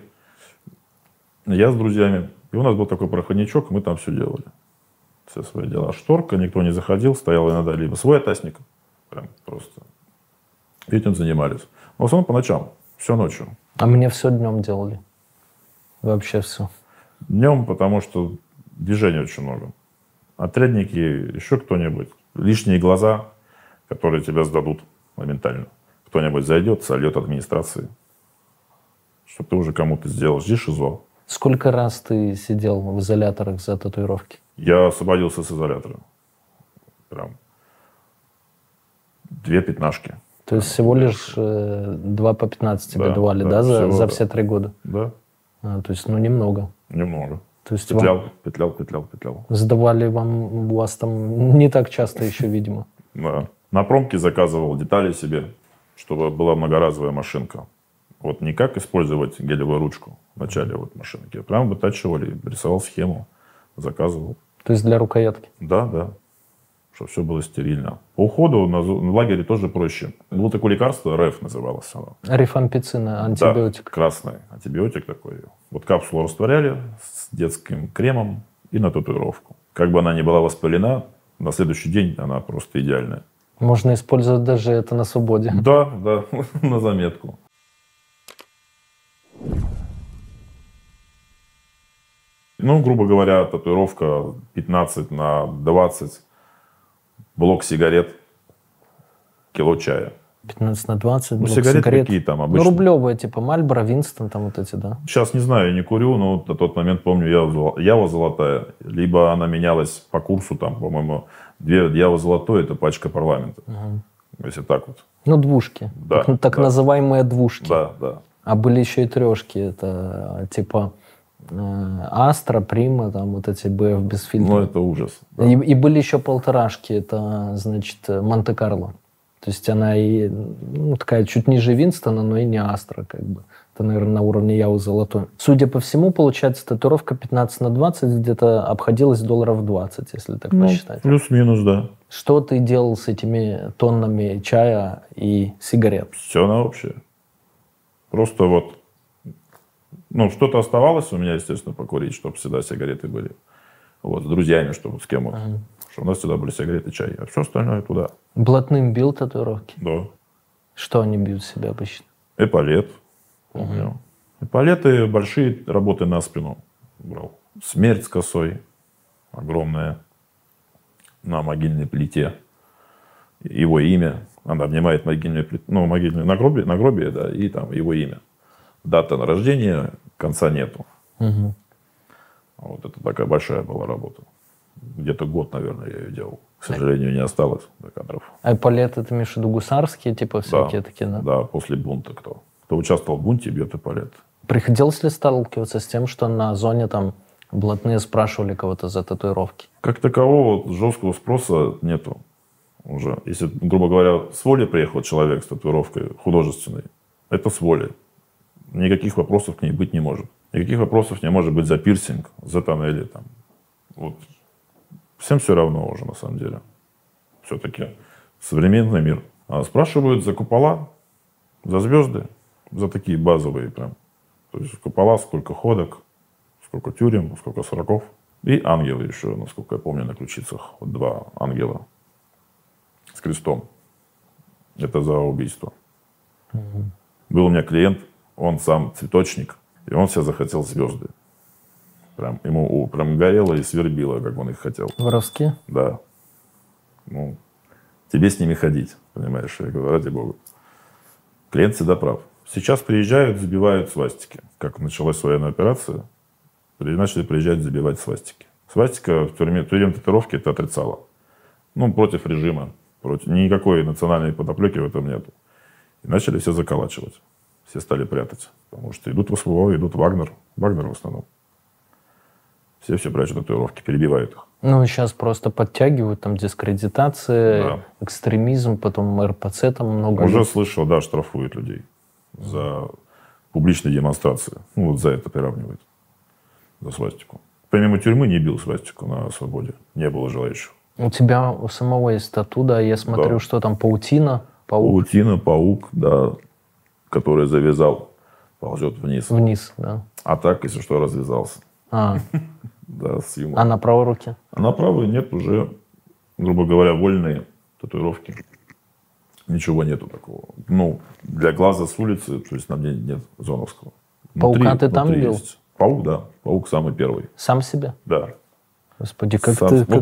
[SPEAKER 2] я с друзьями. И у нас был такой проходничок, мы там все делали. Все свои дела. Шторка, никто не заходил, стоял иногда либо свой атасник, прям просто. Этим занимались. Но в основном по ночам, все ночью.
[SPEAKER 1] А мне все днем делали. Вообще все.
[SPEAKER 2] Днем, потому что движения очень много. Отрядники, еще кто-нибудь. Лишние глаза, которые тебя сдадут моментально. Кто-нибудь зайдет, сольет администрации. Что ты уже кому-то сделал. Жди ШИЗО.
[SPEAKER 1] Сколько раз ты сидел в изоляторах за татуировки?
[SPEAKER 2] Я освободился с изолятора. Прям 2 пятнашки.
[SPEAKER 1] То есть всего лишь 2 по 15 тебе давали, да, за все 3 года?
[SPEAKER 2] Да.
[SPEAKER 1] То есть, немного.
[SPEAKER 2] Немного.
[SPEAKER 1] То есть
[SPEAKER 2] петлял.
[SPEAKER 1] Сдавали у вас там не так часто еще, видимо.
[SPEAKER 2] Да. На промке заказывал детали себе, чтобы была многоразовая машинка. Вот не как использовать гелевую ручку в начале машинки, а прямо вытачивали, рисовал схему, заказывал.
[SPEAKER 1] То есть для рукоятки?
[SPEAKER 2] Да. Чтобы все было стерильно. По уходу в лагере тоже проще. Было такое лекарство, РЭФ называлось оно.
[SPEAKER 1] Рифампицин, антибиотик.
[SPEAKER 2] Да, красный антибиотик такой. Вот капсулу растворяли с детским кремом и на татуировку. Как бы она ни была воспалена, на следующий день она просто идеальная.
[SPEAKER 1] Можно использовать даже это на свободе.
[SPEAKER 2] Да, на заметку. Грубо говоря, татуировка 15 на 20, блок сигарет, кило чая.
[SPEAKER 1] 15 на 20, блок
[SPEAKER 2] сигарет
[SPEAKER 1] сигарет.
[SPEAKER 2] Какие там обычно?
[SPEAKER 1] Рублевые, типа Мальборо, Винстон, там вот эти, да?
[SPEAKER 2] Сейчас не знаю, не курю, но на тот момент помню, Ява золотая. Либо она менялась по курсу, по-моему, 2 Ява золотой, это пачка парламента. Если так вот.
[SPEAKER 1] Двушки.
[SPEAKER 2] Да,
[SPEAKER 1] так называемые двушки.
[SPEAKER 2] Да.
[SPEAKER 1] А были еще и 3, это типа Астра, Прима, там вот эти БФ без фильтра.
[SPEAKER 2] Это ужас. Да.
[SPEAKER 1] И были еще 1,5, это, значит, Монте-Карло. То есть она и такая чуть ниже Винстона, но и не Астра, как бы. Это, наверное, на уровне Явы золотой. Судя по всему, получается, татуировка 15 на 20 где-то обходилась $20, если так посчитать.
[SPEAKER 2] Плюс-минус, да.
[SPEAKER 1] Что ты делал с этими тоннами чая и сигарет?
[SPEAKER 2] Все на общее. Просто что-то оставалось у меня, естественно, покурить, чтобы всегда сигареты были. С друзьями, чтобы с кем чтобы у нас всегда были сигареты, чай. А все остальное туда.
[SPEAKER 1] Блатным бил татуировки?
[SPEAKER 2] Да.
[SPEAKER 1] Что они бьют себя обычно?
[SPEAKER 2] Эполет. Помню. Эполеты, большие работы на спину брал. Смерть с косой. Огромная. На могильной плите. Его имя. Она обнимает могильную плиту. Нагробие, да, и там его имя. Дата рождения, конца нету. Это такая большая была работа. Где-то год, наверное, я ее делал. К сожалению, не осталось до кадров.
[SPEAKER 1] А эполеты, ты имеешь в виду гусарские, типа всякие такие, да?
[SPEAKER 2] Да, после бунта кто участвовал в бунте, бьет эполет.
[SPEAKER 1] Приходилось ли сталкиваться с тем, что на зоне там блатные спрашивали кого-то за татуировки?
[SPEAKER 2] Как такового жесткого спроса нету уже. Если, грубо говоря, с воли приехал человек с татуировкой художественной, это с воли. Никаких вопросов к ней быть не может. Никаких вопросов не может быть за пирсинг, за тоннели. Там. Вот. Всем все равно уже, на самом деле. Все-таки современный мир. А спрашивают за купола, за звезды, за такие базовые прям. То есть купола, сколько ходок, сколько тюрем, сколько сроков. И ангелы еще, насколько я помню, на ключицах. Вот 2 ангела с крестом. Это за убийство. Был у меня клиент, он сам цветочник, и он себе захотел звезды. Прям, ему прям горело и свербило, как он их хотел.
[SPEAKER 1] Воровские?
[SPEAKER 2] Да. Ну, тебе с ними ходить, понимаешь? Я говорю, ради бога. Клиент всегда прав. Сейчас приезжают, забивают свастики. Как началась военная операция, начали приезжать, забивать свастики. Свастика в тюрьме татуировки это отрицала. Ну, против режима. Никакой национальной подоплеки в этом нету. И начали все заколачивать. Все стали прятать. Потому что идут в СВО, идут в Вагнер. Вагнер в основном. Все прячут татуировки, перебивают их.
[SPEAKER 1] Ну, сейчас просто подтягивают, там, дискредитация, да. Экстремизм, потом РПЦ там много.
[SPEAKER 2] Уже слышал, да, штрафуют людей за публичные демонстрации. Ну, вот за это приравнивают. За свастику. Помимо тюрьмы не бил свастику на свободе. Не было желающих.
[SPEAKER 1] У тебя у самого есть тату, да? Я смотрю, да. Что там, паутина, паук.
[SPEAKER 2] Паутина, паук, да, который завязал, ползет вниз.
[SPEAKER 1] Вниз, да.
[SPEAKER 2] А так, если что, развязался.
[SPEAKER 1] А.
[SPEAKER 2] Да, с юмором.
[SPEAKER 1] А на правой руке?
[SPEAKER 2] А на правой нет уже, грубо говоря, вольные татуировки. Ничего нету такого. Ну, для глаза с улицы, то есть на мне нет зоновского.
[SPEAKER 1] Паука ты там бил?
[SPEAKER 2] Есть. Паук, да. Паук самый первый.
[SPEAKER 1] Сам себе?
[SPEAKER 2] Да.
[SPEAKER 1] Господи, как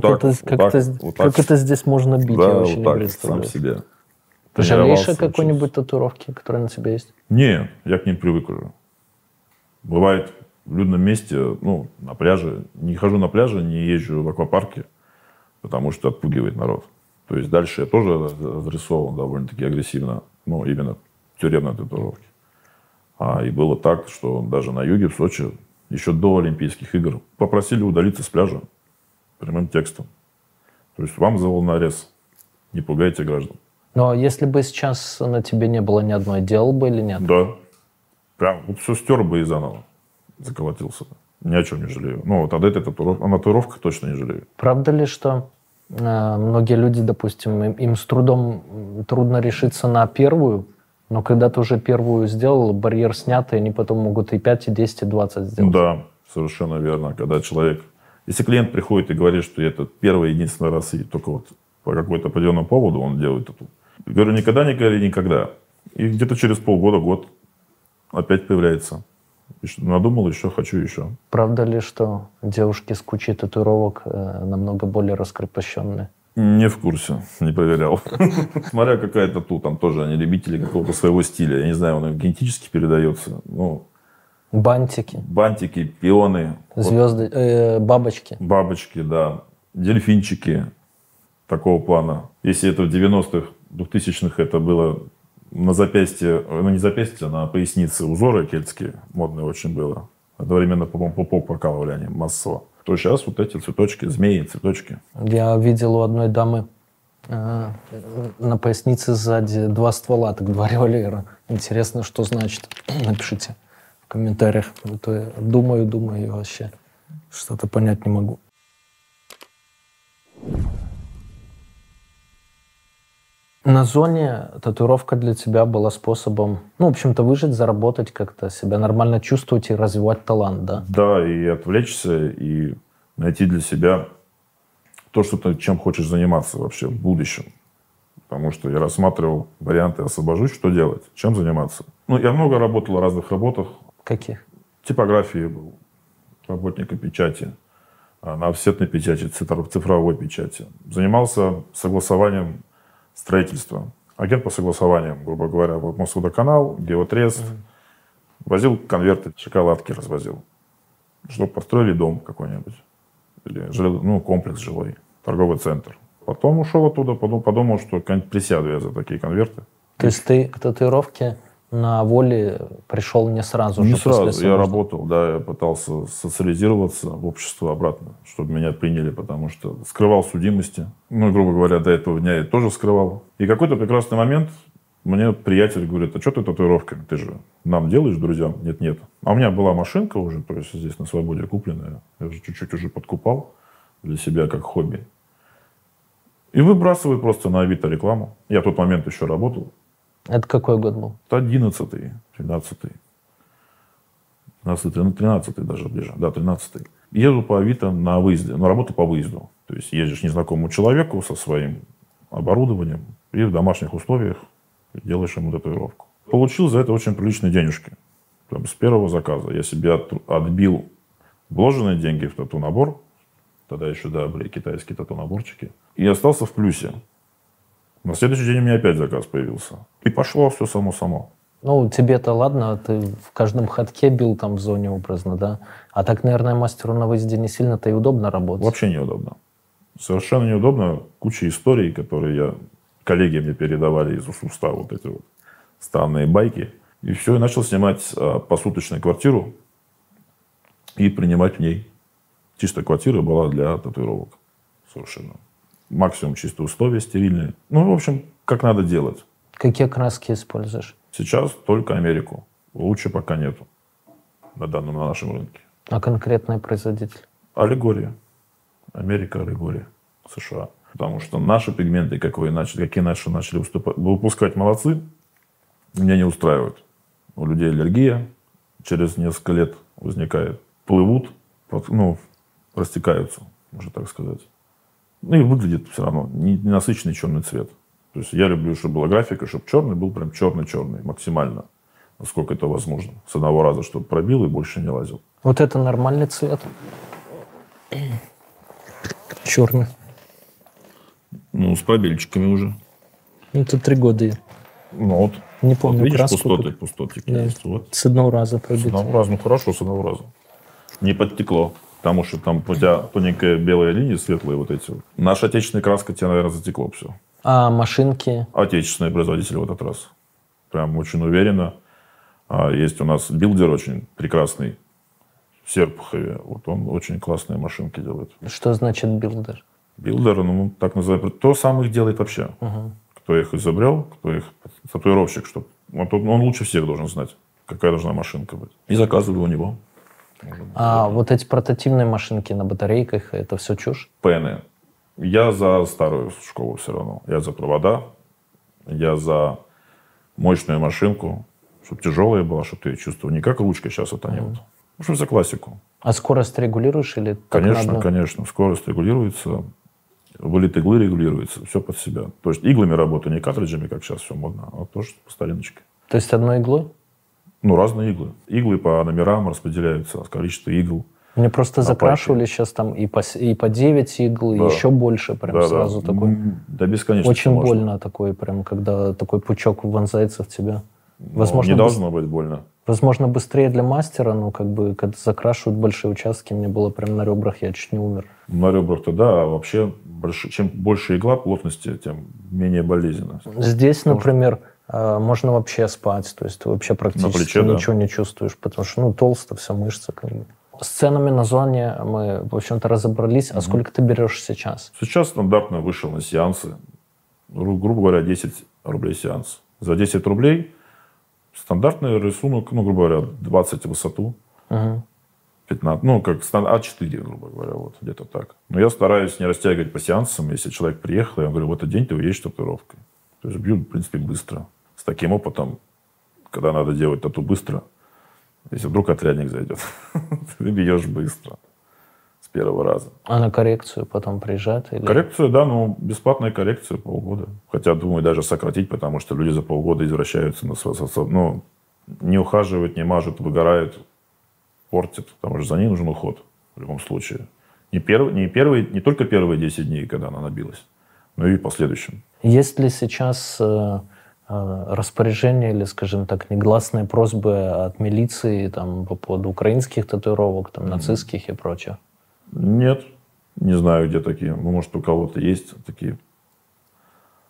[SPEAKER 1] это здесь можно бить?
[SPEAKER 2] Да,
[SPEAKER 1] я вообще
[SPEAKER 2] вот
[SPEAKER 1] не представляю.
[SPEAKER 2] Сам себе.
[SPEAKER 1] Ты жалеешь о какой-нибудь татуировке, которая на тебе есть?
[SPEAKER 2] Не, я к ним привык уже. Бывает в людном месте, ну, на пляже. Не хожу на пляже, не езжу в аквапарке, потому что отпугивает народ. То есть дальше я тоже разрисован довольно-таки агрессивно, ну, именно тюремной татуировки. И было так, что даже на юге, в Сочи, еще до Олимпийских игр, попросили удалиться с пляжа прямым текстом. То есть вам за волнорез. Не пугайте граждан.
[SPEAKER 1] Но если бы сейчас на тебе не было ни одной, делал бы или нет?
[SPEAKER 2] Да. Прям вот все стер бы и заново. Заколотился. Ни о чем не жалею. Ну, вот от этой татуировки точно не жалею.
[SPEAKER 1] Правда ли, что многие люди, допустим, им с трудом трудно решиться на первую, но когда ты уже первую сделал, барьер снят, и они потом могут и 5, и 10, и 20 сделать? Да,
[SPEAKER 2] совершенно верно. Когда человек... Если клиент приходит и говорит, что это первый и единственный раз, и только вот по какой-то определенному поводу он делает тату. Говорю, никогда не говори никогда. И где-то через полгода, год опять появляется. Надумал еще, хочу еще.
[SPEAKER 1] Правда ли, что девушки с кучей татуировок намного более раскрепощенные?
[SPEAKER 2] Не в курсе, не проверял. Смотря какая тату, там тоже они любители какого-то своего стиля. Я не знаю, он генетически передается.
[SPEAKER 1] Бантики.
[SPEAKER 2] Бантики, пионы.
[SPEAKER 1] Звезды, бабочки.
[SPEAKER 2] Бабочки, да. Дельфинчики такого плана. Если это в 90-х, 2000-х это было на запястье, не запястье, а на пояснице узоры кельтские, модные очень было. Одновременно, по-моему, пупок прокалывали они массово. То сейчас вот эти цветочки, змеи, цветочки.
[SPEAKER 1] Я видел у одной дамы на пояснице сзади 2 ствола, так 2 револьвера. Интересно, что значит. Напишите в комментариях. А то я думаю и вообще что-то понять не могу. На зоне татуировка для тебя была способом, в общем-то, выжить, заработать как-то, себя нормально чувствовать и развивать талант, да?
[SPEAKER 2] Да, и отвлечься, и найти для себя то, что ты чем хочешь заниматься вообще в будущем. Потому что я рассматривал варианты «освобожусь», что делать, чем заниматься. Я много работал в разных работах.
[SPEAKER 1] Каких?
[SPEAKER 2] Типографии был, работником печати, на офсетной печати, цифровой печати. Занимался согласованием строительства. Агент по согласованиям, грубо говоря, вот Мосводоканал, Геотрест. Возил конверты, шоколадки развозил. Чтобы построили дом какой-нибудь. Или комплекс жилой, торговый центр. Потом ушел оттуда, подумал, что присяду я за такие конверты.
[SPEAKER 1] То есть ты к татуировке на воле пришел не сразу
[SPEAKER 2] Не
[SPEAKER 1] же
[SPEAKER 2] сразу.
[SPEAKER 1] после
[SPEAKER 2] Я
[SPEAKER 1] освобождения?
[SPEAKER 2] работал, да, я пытался социализироваться в общество обратно, чтобы меня приняли, потому что скрывал судимости. Ну, грубо говоря, до этого дня я тоже скрывал. И какой-то прекрасный момент мне приятель говорит: а что ты татуировками? Ты же нам делаешь, друзьям? Нет. А у меня была машинка уже, то есть здесь на свободе купленная. Я уже чуть-чуть уже подкупал для себя как хобби. И выбрасываю просто на Авито рекламу. Я в тот момент еще работал.
[SPEAKER 1] Это какой год был?
[SPEAKER 2] 11-й, 12-й. 13-й даже ближе. Да, 13-й. Еду по Авито на выезде, на работу по выезду. То есть ездишь незнакомому человеку со своим оборудованием и в домашних условиях делаешь ему татуировку. Получил за это очень приличные денежки. Прям с первого заказа. Я себе отбил вложенные деньги в тату-набор. Тогда еще, да, были китайские тату-наборчики. И остался в плюсе. На следующий день у меня опять заказ появился. И пошло все само.
[SPEAKER 1] Ну, тебе-то ладно, ты в каждом ходке бил там в зоне образно, да? А так, наверное, мастеру на выезде не сильно-то и удобно работать.
[SPEAKER 2] Вообще неудобно. Совершенно неудобно. Куча историй, которые коллеги мне передавали из уста, вот эти вот странные байки. И все, я начал снимать посуточную квартиру и принимать в ней. Чистая квартира была для татуировок. Совершенно. Максимум чистые условия, стерильные. Ну, в общем, как надо делать.
[SPEAKER 1] Какие краски используешь?
[SPEAKER 2] Сейчас только Америку. Лучше пока нету на нашем рынке.
[SPEAKER 1] А конкретный производитель?
[SPEAKER 2] Аллегория. Америка, Аллегория. США. Потому что наши пигменты, какие наши начали выпускать, молодцы, меня не устраивают. У людей аллергия через несколько лет возникает. Плывут, растекаются, можно так сказать. Ну и выглядит все равно не насыщенный черный цвет. То есть я люблю, чтобы была графика, чтобы черный был прям черный-черный, максимально, насколько это возможно. С одного раза, чтобы пробил и больше не лазил.
[SPEAKER 1] Вот это нормальный цвет. Черный.
[SPEAKER 2] Ну, с пробельчиками уже.
[SPEAKER 1] Это 3 года.
[SPEAKER 2] Ну вот.
[SPEAKER 1] Не помню,
[SPEAKER 2] вот видишь,
[SPEAKER 1] краску.
[SPEAKER 2] пустотики
[SPEAKER 1] Да.
[SPEAKER 2] есть. Вот.
[SPEAKER 1] С одного раза
[SPEAKER 2] С
[SPEAKER 1] пробить.
[SPEAKER 2] одного раза, ну хорошо, с одного раза. Не подтекло. Потому что там у тебя тоненькая белая линия, светлые вот эти вот. Наша отечественная краска тебе, наверное, затекло все.
[SPEAKER 1] А машинки?
[SPEAKER 2] Отечественные производители в этот раз. Прям очень уверенно. Есть у нас билдер очень прекрасный в Серпухове. Вот он очень классные машинки делает.
[SPEAKER 1] Что значит билдер?
[SPEAKER 2] Билдер, ну, так называемый, кто сам их делает вообще.
[SPEAKER 1] Угу.
[SPEAKER 2] Кто их изобрел, кто их татуировщик. Он лучше всех должен знать, какая должна машинка быть. И заказывали у него.
[SPEAKER 1] А вот эти портативные машинки на батарейках, это все чушь?
[SPEAKER 2] Пены. Я за старую школу все равно. Я за провода. Я за мощную машинку. Чтобы тяжелая была, чтобы ты ее чувствовал. Не как ручка сейчас вот они вот. В общем, за классику.
[SPEAKER 1] А скорость регулируешь или так
[SPEAKER 2] Конечно, конечно. Скорость регулируется. Вылет иглы регулируется. Все под себя. То есть иглами работаю, не картриджами, как сейчас все модно, а тоже по стариночке.
[SPEAKER 1] То есть одной иглой?
[SPEAKER 2] Ну, разные иглы. Иглы по номерам распределяются, количество игл.
[SPEAKER 1] Мне просто закрашивали сейчас там и по 9 игл,
[SPEAKER 2] Да.
[SPEAKER 1] и еще больше. Прям
[SPEAKER 2] Да,
[SPEAKER 1] сразу такой.
[SPEAKER 2] До бесконечности
[SPEAKER 1] Очень
[SPEAKER 2] можно.
[SPEAKER 1] больно такой, прям, когда такой пучок вонзается в тебя.
[SPEAKER 2] Возможно, не должно быть больно.
[SPEAKER 1] Возможно, быстрее для мастера, но как бы, когда закрашивают большие участки, мне было прям на ребрах, я чуть не умер.
[SPEAKER 2] На ребрах-то да, а вообще, чем больше игла плотности, тем менее болезненно.
[SPEAKER 1] Здесь, например, можно вообще спать, то есть ты вообще практически
[SPEAKER 2] плече,
[SPEAKER 1] ничего не чувствуешь, потому что толсто вся мышца. Как бы. С ценами на зоне мы, в общем-то, разобрались. А сколько ты берешь сейчас?
[SPEAKER 2] Сейчас стандартно вышел на сеансы, грубо говоря, 10 рублей сеанс. За 10 рублей стандартный рисунок, грубо говоря, 20 в высоту, 15, как А4, грубо говоря, вот где-то так. Но я стараюсь не растягивать по сеансам. Если человек приехал, я говорю, в этот день ты уедешь с татуировкой. То есть бью, в принципе, быстро. С таким опытом, когда надо делать тату быстро, если вдруг отрядник зайдет, ты бьешь быстро. С первого раза.
[SPEAKER 1] А на коррекцию потом приезжать? Или...
[SPEAKER 2] Коррекцию, да, бесплатная коррекция полгода. Хотя, думаю, даже сократить, потому что люди за полгода извращаются, не ухаживают, не мажут, выгорают, портят. Потому что за ней нужен уход в любом случае. Не только первые 10 дней, когда она набилась, но и в последующем.
[SPEAKER 1] Есть ли сейчас распоряжение или, скажем так, негласные просьбы от милиции там, по поводу украинских татуировок, там, нацистских и прочее?
[SPEAKER 2] Нет, не знаю, где такие. Может, у кого-то есть такие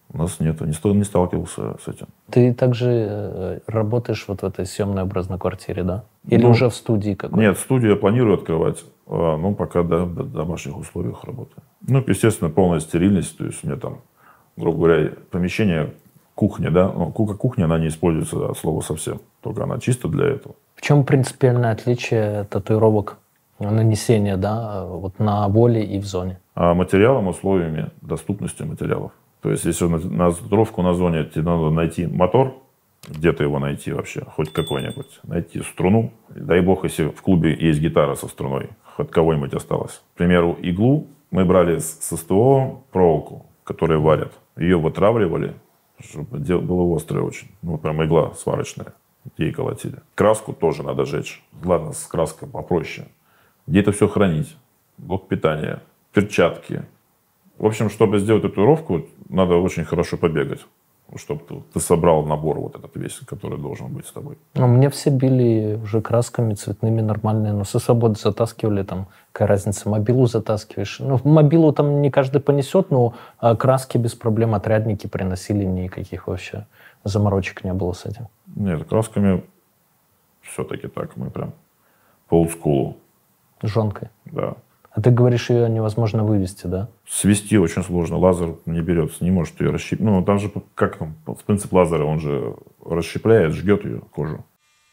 [SPEAKER 2] У нас нет, не сталкивался с этим.
[SPEAKER 1] Ты также работаешь вот в этой съемной образной квартире, да? Или
[SPEAKER 2] Ну,
[SPEAKER 1] уже в студии какой-то?
[SPEAKER 2] Нет, студию я планирую открывать, но пока да, в домашних условиях работаю. Ну, естественно, полная стерильность, то есть у меня там, грубо говоря, помещение, кухня, да, ну, кухня, она не используется от слова совсем, только она чисто для этого.
[SPEAKER 1] В чем принципиальное отличие татуировок нанесения, да, вот на воле и в зоне?
[SPEAKER 2] А материалом, условиями доступности материалов. То есть, если на татуировку на зоне тебе надо найти мотор, где-то его найти вообще, хоть какой-нибудь, найти струну. Дай бог, если в клубе есть гитара со струной, хоть кого-нибудь осталось. К примеру, иглу мы брали со СТО проволоку, которую варят. Ее вытравливали, чтобы было острое очень. Ну, прям игла сварочная. Ей колотили. Краску тоже надо жечь. Ладно, с краской попроще. Где это все хранить? Блок питания, перчатки. В общем, чтобы сделать татуировку, надо очень хорошо побегать. Чтобы ты собрал набор вот этот весь, который должен быть с тобой.
[SPEAKER 1] Ну, мне все били уже красками цветными нормальные, но со свободы затаскивали, там, какая разница, мобилу затаскиваешь. Ну, мобилу там не каждый понесет, но краски без проблем, отрядники приносили, никаких вообще заморочек не было с этим.
[SPEAKER 2] Нет, красками все-таки так, мы прям по олдскулу.
[SPEAKER 1] Жонкой.
[SPEAKER 2] Да.
[SPEAKER 1] А ты говоришь, ее невозможно вывести, да?
[SPEAKER 2] Свести очень сложно, лазер не берется, не может ее расщеплять. Ну, там же, как там, принцип лазера, он же расщепляет, жгет ее кожу.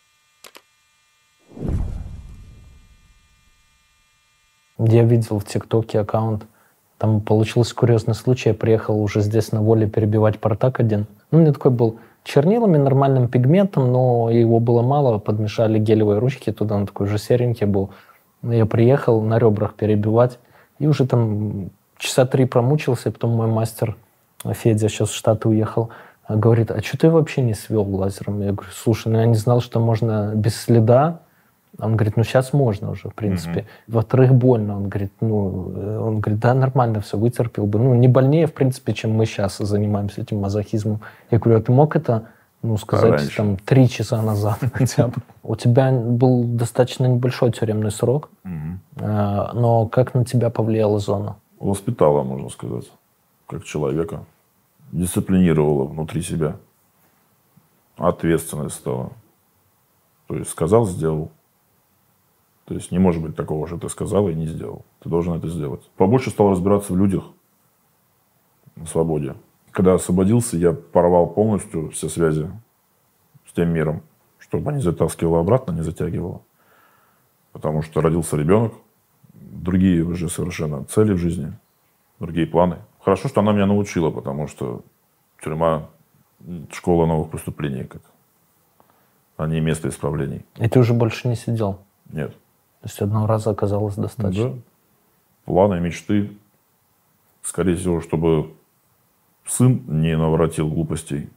[SPEAKER 1] Я видел в ТикТоке аккаунт, там получился курьезный случай, я приехал уже здесь на воле перебивать Партак один. Ну, у меня такой был чернилами, нормальным пигментом, но его было мало, подмешали гелевые ручки туда, он такой уже серенький был. Я приехал на ребрах перебивать, и уже там часа 3 промучился, и потом мой мастер Федя, сейчас в Штаты уехал, говорит, а что ты вообще не свел лазером? Я говорю, слушай, ну я не знал, что можно без следа. Он говорит, ну сейчас можно уже, в принципе. Во-вторых, больно. Он говорит, да, нормально все, вытерпел бы. Ну, не больнее, в принципе, чем мы сейчас занимаемся этим мазохизмом. Я говорю, а ты мог это, сказать,
[SPEAKER 2] раньше.
[SPEAKER 1] там, 3 часа назад хотя бы? У тебя был достаточно небольшой тюремный срок, но как на тебя повлияла зона?
[SPEAKER 2] Воспитала, можно сказать, как человека. Дисциплинировала внутри себя. Ответственность стала. То есть сказал, сделал. То есть не может быть такого, что ты сказал и не сделал. Ты должен это сделать. Побольше стал разбираться в людях на свободе. Когда освободился, я порвал полностью все связи с тем миром, чтобы не затаскивало обратно, не затягивало. Потому что родился ребенок, другие уже совершенно цели в жизни, другие планы. Хорошо, что она меня научила, потому что тюрьма – школа новых преступлений, а не место исправлений.
[SPEAKER 1] И ты уже больше не сидел?
[SPEAKER 2] Нет.
[SPEAKER 1] То есть одного раза оказалось достаточно?
[SPEAKER 2] Да. Планы, мечты. Скорее всего, чтобы сын не наворотил глупостей,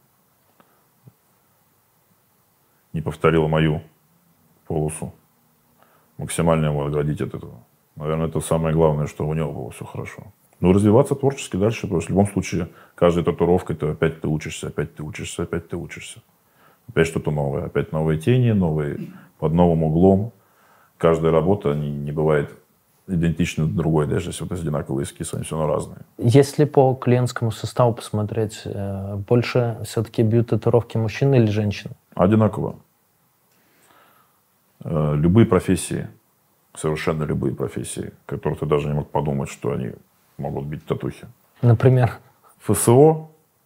[SPEAKER 2] не повторил мою полосу. Максимально его оградить от этого. Наверное, это самое главное, что у него было все хорошо. Но развиваться творчески дальше, потому что в любом случае каждая татуировка, это опять ты учишься, опять ты учишься, опять ты учишься. Опять что-то новое, опять новые тени, новые под новым углом. Каждая работа не бывает идентична другой, даже если вот одинаковые эскизы, они все равно разные.
[SPEAKER 1] Если по клиентскому составу посмотреть, больше все-таки бьют татуировки мужчины или женщины?
[SPEAKER 2] Одинаково. Любые профессии, совершенно любые профессии, которые ты даже не мог подумать, что они могут бить татухи.
[SPEAKER 1] Например?
[SPEAKER 2] ФСО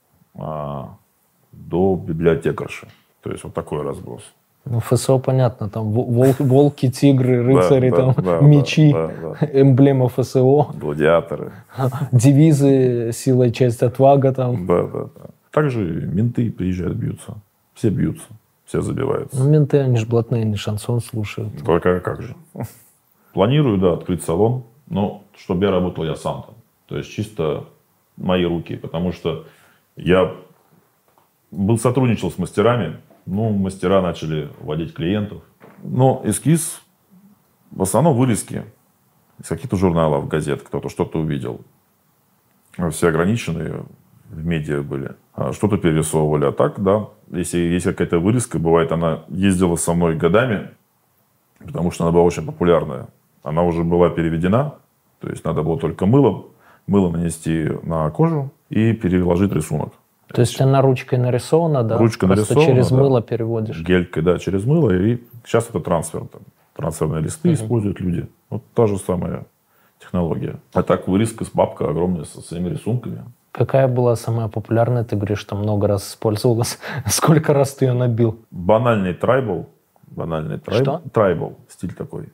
[SPEAKER 2] до библиотекарши. То есть вот такой разброс.
[SPEAKER 1] Ну, ФСО понятно, там волки, тигры, рыцари, мечи, эмблема ФСО.
[SPEAKER 2] Гладиаторы.
[SPEAKER 1] Девизы, сила, честь, отвага там.
[SPEAKER 2] Да. Также менты приезжают, бьются. Все бьются, все забиваются.
[SPEAKER 1] Ну, менты, они же блатные, они шансон слушают.
[SPEAKER 2] Только как же. Планирую, да, открыть салон, но чтобы я работал я сам там. То есть чисто мои руки, потому что я сотрудничал с мастерами. Мастера начали вводить клиентов. Но эскиз в основном вырезки из каких-то журналов, газет. Кто-то что-то увидел. Все ограниченные в медиа были. Что-то перерисовывали. А так, да, если есть какая-то вырезка, бывает, она ездила со мной годами, потому что она была очень популярная. Она уже была переведена. То есть надо было только мылом нанести на кожу и переложить рисунок.
[SPEAKER 1] То есть она ручкой нарисована, да?
[SPEAKER 2] Ручка
[SPEAKER 1] просто
[SPEAKER 2] нарисована,
[SPEAKER 1] через
[SPEAKER 2] да.
[SPEAKER 1] мыло переводишь.
[SPEAKER 2] Гелькой, да, через мыло. И сейчас это трансфер. Там, трансферные листы используют люди. Вот та же самая технология. А так вырезка с папкой огромная со своими рисунками.
[SPEAKER 1] Какая была самая популярная? Ты говоришь, что много раз использовалась. Сколько раз ты ее набил?
[SPEAKER 2] Банальный трайбл.
[SPEAKER 1] Что?
[SPEAKER 2] Трайбл. Стиль такой.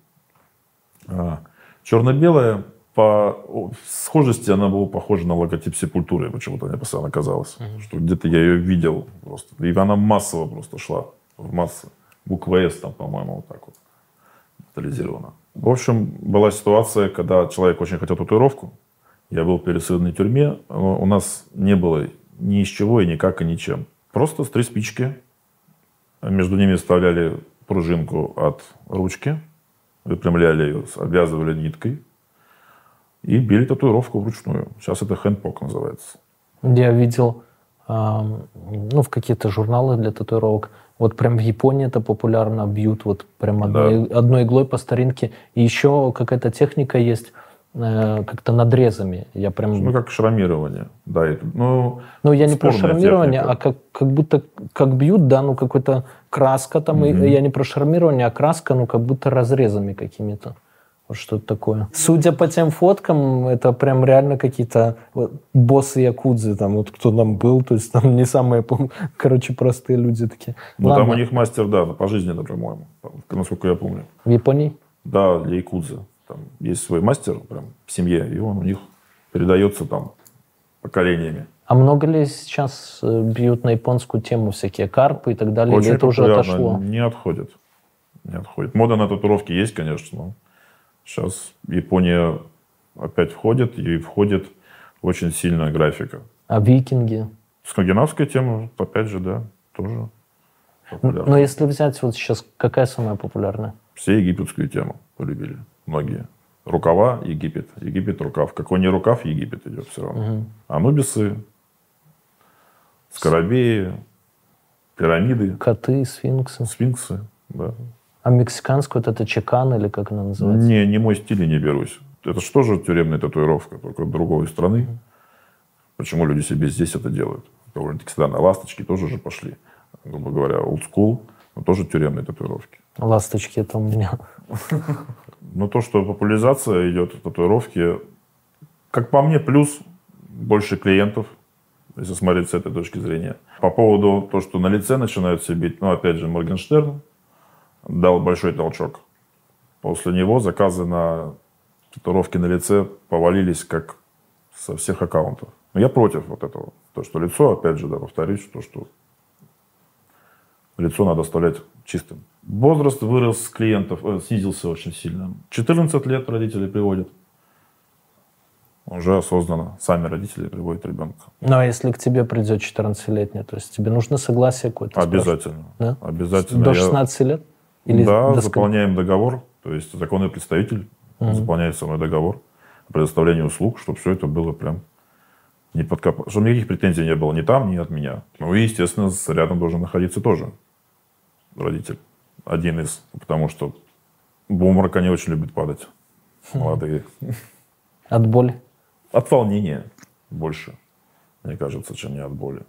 [SPEAKER 2] Черно-белая. По схожести она была похожа на логотип Сепультуры. Почему-то мне постоянно казалось, что где-то я ее видел просто. И она массово просто шла. В массы. Буква «С» там, по-моему, вот так вот детализирована. В общем, была ситуация, когда человек очень хотел татуировку. Я был в пересыльной тюрьме. У нас не было ни из чего, и никак, и ничем. Просто 3 спички. Между ними вставляли пружинку от ручки. Выпрямляли ее, обвязывали ниткой. И били татуировку вручную. Сейчас это хэндпок называется.
[SPEAKER 1] Я видел в каких-то журналах для татуировок. Вот прям в Японии это популярно, бьют вот прям одной иглой по старинке. И еще какая-то техника есть, как-то надрезами. Я прям...
[SPEAKER 2] Ну, как шрамирование. Да, это,
[SPEAKER 1] я не про шрамирование,
[SPEAKER 2] техника.
[SPEAKER 1] а как будто как бьют, да, какой-то краска там. Я не про шрамирование, а краска, как будто разрезами какими-то. Вот что-то такое. Судя по тем фоткам, это прям реально какие-то боссы якудзы, там, вот кто там был, то есть там не самые, простые люди такие.
[SPEAKER 2] Там у них мастер, да, пожизненно, по-моему, насколько я помню.
[SPEAKER 1] В Японии?
[SPEAKER 2] Да, для якудзы. Там есть свой мастер прям в семье, и он у них передается там поколениями.
[SPEAKER 1] А много ли сейчас бьют на японскую тему всякие карпы и так далее?
[SPEAKER 2] Очень
[SPEAKER 1] или это уже
[SPEAKER 2] популярно.
[SPEAKER 1] отошло?
[SPEAKER 2] Не отходит. Мода на татуировки есть, конечно, но сейчас Япония опять входит, и входит очень сильная графика.
[SPEAKER 1] А викинги?
[SPEAKER 2] Скандинавская тема, опять же, да, тоже популярна.
[SPEAKER 1] Но если взять вот сейчас, какая самая популярная?
[SPEAKER 2] Все египетскую тему полюбили, многие. Рукава, Египет. Египет, рукав. Какой не рукав, Египет идет все равно. Анубисы, скоробеи, пирамиды.
[SPEAKER 1] Коты, сфинксы.
[SPEAKER 2] Сфинксы, да.
[SPEAKER 1] А мексиканскую это чекан или как она называется?
[SPEAKER 2] Не мой стиль и не берусь. Это же тоже тюремная татуировка, только другой страны. Почему люди себе здесь это делают? Довольно-таки странно. Ласточки тоже же пошли. Грубо говоря, old school, но тоже тюремные татуировки.
[SPEAKER 1] Ласточки это у меня.
[SPEAKER 2] Но то, что популяризация идет в татуировке, как по мне, плюс больше клиентов, если смотреть с этой точки зрения. По поводу того, что на лице начинают все бить, опять же, Моргенштерн дал большой толчок. После него заказы на татуировки на лице повалились как со всех аккаунтов. Но я против вот этого. То, что лицо, опять же, да, повторюсь, то, что лицо надо оставлять чистым. Возраст вырос клиентов, снизился очень сильно. 14 лет родители приводят. Уже осознанно. Сами родители приводят ребенка.
[SPEAKER 1] Ну, а если к тебе придет 14-летний, то есть тебе нужно согласие какое-то?
[SPEAKER 2] Обязательно.
[SPEAKER 1] Да?
[SPEAKER 2] Обязательно.
[SPEAKER 1] До 16 лет? Или
[SPEAKER 2] да, заполняем договор. То есть законный представитель заполняет со мной договор о предоставлении услуг, чтобы все это было прям не подкопано. Чтобы никаких претензий не было ни там, ни от меня. Ну и, естественно, рядом должен находиться тоже родитель. Один из. Потому что в обморок они очень любят падать. Молодые.
[SPEAKER 1] От боли?
[SPEAKER 2] От волнения больше, мне кажется, чем не от боли.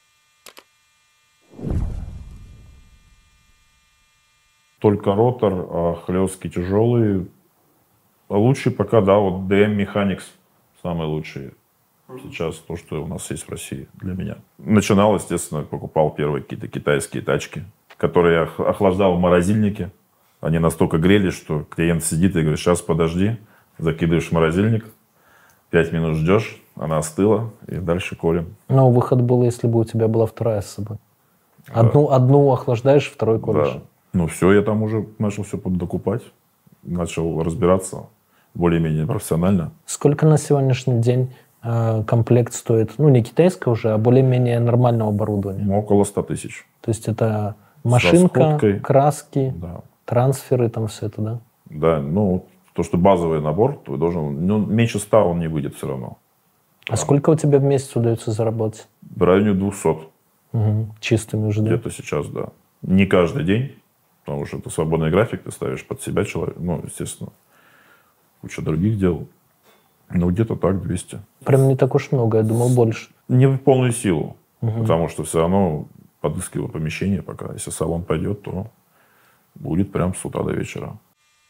[SPEAKER 2] Только ротор, а хлестки тяжелые. А лучший пока, да, вот DM Mechanics самый лучший. Сейчас то, что у нас есть в России для меня. Начинал, естественно, покупал первые какие-то китайские тачки, которые я охлаждал в морозильнике. Они настолько грелись, что клиент сидит и говорит: сейчас подожди, закидываешь в морозильник, 5 минут ждешь, она остыла, и дальше колем.
[SPEAKER 1] Ну, выход был, если бы у тебя была вторая с собой. Одну охлаждаешь, второй колешь.
[SPEAKER 2] Да. Ну все, я там уже начал все докупать, начал разбираться более-менее профессионально.
[SPEAKER 1] Сколько на сегодняшний день комплект стоит? Ну, не китайское уже, а более-менее нормального оборудования.
[SPEAKER 2] Ну, около 100 тысяч.
[SPEAKER 1] То есть это машинка, краски,
[SPEAKER 2] да.
[SPEAKER 1] трансферы, там все это, да?
[SPEAKER 2] Да, ну, то, что базовый набор, то должен, меньше 100 он не выйдет все равно.
[SPEAKER 1] А сколько у тебя в месяц удается заработать?
[SPEAKER 2] В районе 200.
[SPEAKER 1] Угу. Чистыми уже, да?
[SPEAKER 2] Где-то сейчас, да. Не каждый день, потому что это свободный график, ты ставишь под себя человека. Ну, естественно, куча других дел. Ну, где-то так, 200.
[SPEAKER 1] Прям не так уж много, я думал больше.
[SPEAKER 2] Не в полную силу. Потому что все равно подыскиваю помещение пока. Если салон пойдет, то будет прям с утра до вечера.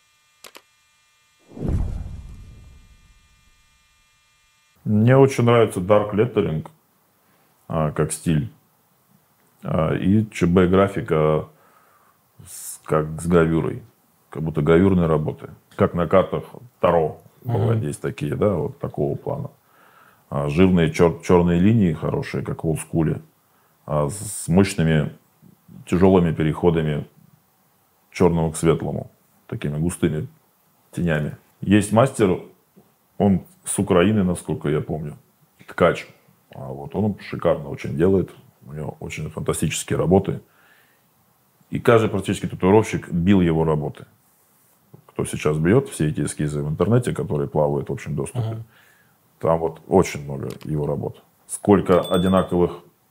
[SPEAKER 2] Мне очень нравится Dark Lettering как стиль. И ЧБ-графика как с гравюрой. Как будто гравюрные работы. Как на картах Таро. Бывают есть такие, да, вот такого плана. Жирные черные линии хорошие, как в олдскуле. С мощными тяжелыми переходами черного к светлому. Такими густыми тенями. Есть мастер, он с Украины, насколько я помню. Ткач. Вот он шикарно очень делает. У него очень фантастические работы. И каждый практически татуировщик бил его работы. Кто сейчас бьет все эти эскизы в интернете, которые плавают в общем доступе. Там вот очень много его работ. Сколько одинаковых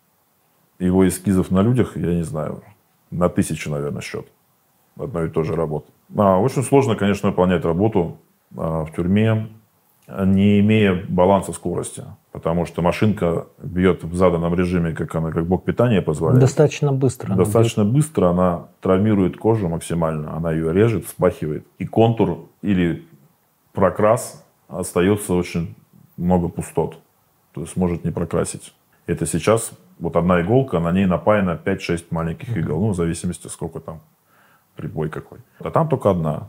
[SPEAKER 2] его эскизов на людях, я не знаю. На 1000, наверное, счет. Одной и той же работы. Очень сложно, конечно, выполнять работу в тюрьме, не имея баланса скорости. Потому что машинка бьет в заданном режиме, как блок питания позволяет.
[SPEAKER 1] Достаточно быстро.
[SPEAKER 2] Достаточно быстро она травмирует кожу максимально. Она ее режет, вспахивает. И контур или прокрас остается очень много пустот. То есть может не прокрасить. Это сейчас вот одна иголка, на ней напаяно 5-6 маленьких игл. Ну, в зависимости, сколько там прибой какой. А там только одна.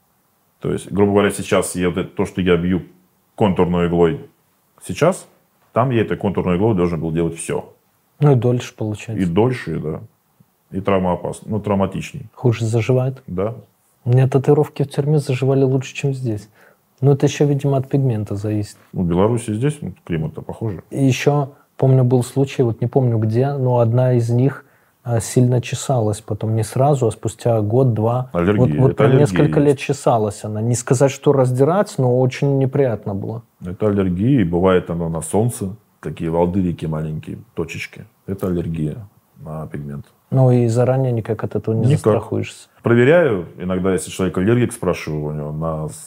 [SPEAKER 2] То есть, грубо говоря, сейчас то, что я бью контурной иглой сейчас, там я этой контурной иглой должен был делать все.
[SPEAKER 1] Ну и дольше получается.
[SPEAKER 2] И дольше, да. И травмоопасно. Ну, травматичней.
[SPEAKER 1] Хуже заживает?
[SPEAKER 2] Да.
[SPEAKER 1] У меня татуировки в тюрьме заживали лучше, чем здесь. Но это еще, видимо, от пигмента зависит.
[SPEAKER 2] В Беларуси здесь климат-то похоже.
[SPEAKER 1] И еще, помню, был случай, вот не помню где, но одна из них сильно чесалась. Потом не сразу, а спустя год-два.
[SPEAKER 2] Аллергия.
[SPEAKER 1] Вот прям несколько лет чесалась она. Не сказать, что раздирать, но очень неприятно было.
[SPEAKER 2] Это аллергия. И бывает она на солнце. Такие волдырики маленькие, точечки. Это аллергия на пигмент.
[SPEAKER 1] Ну и заранее никак от этого не застрахуешься.
[SPEAKER 2] Проверяю. Иногда, если человек аллергик, спрашиваю у него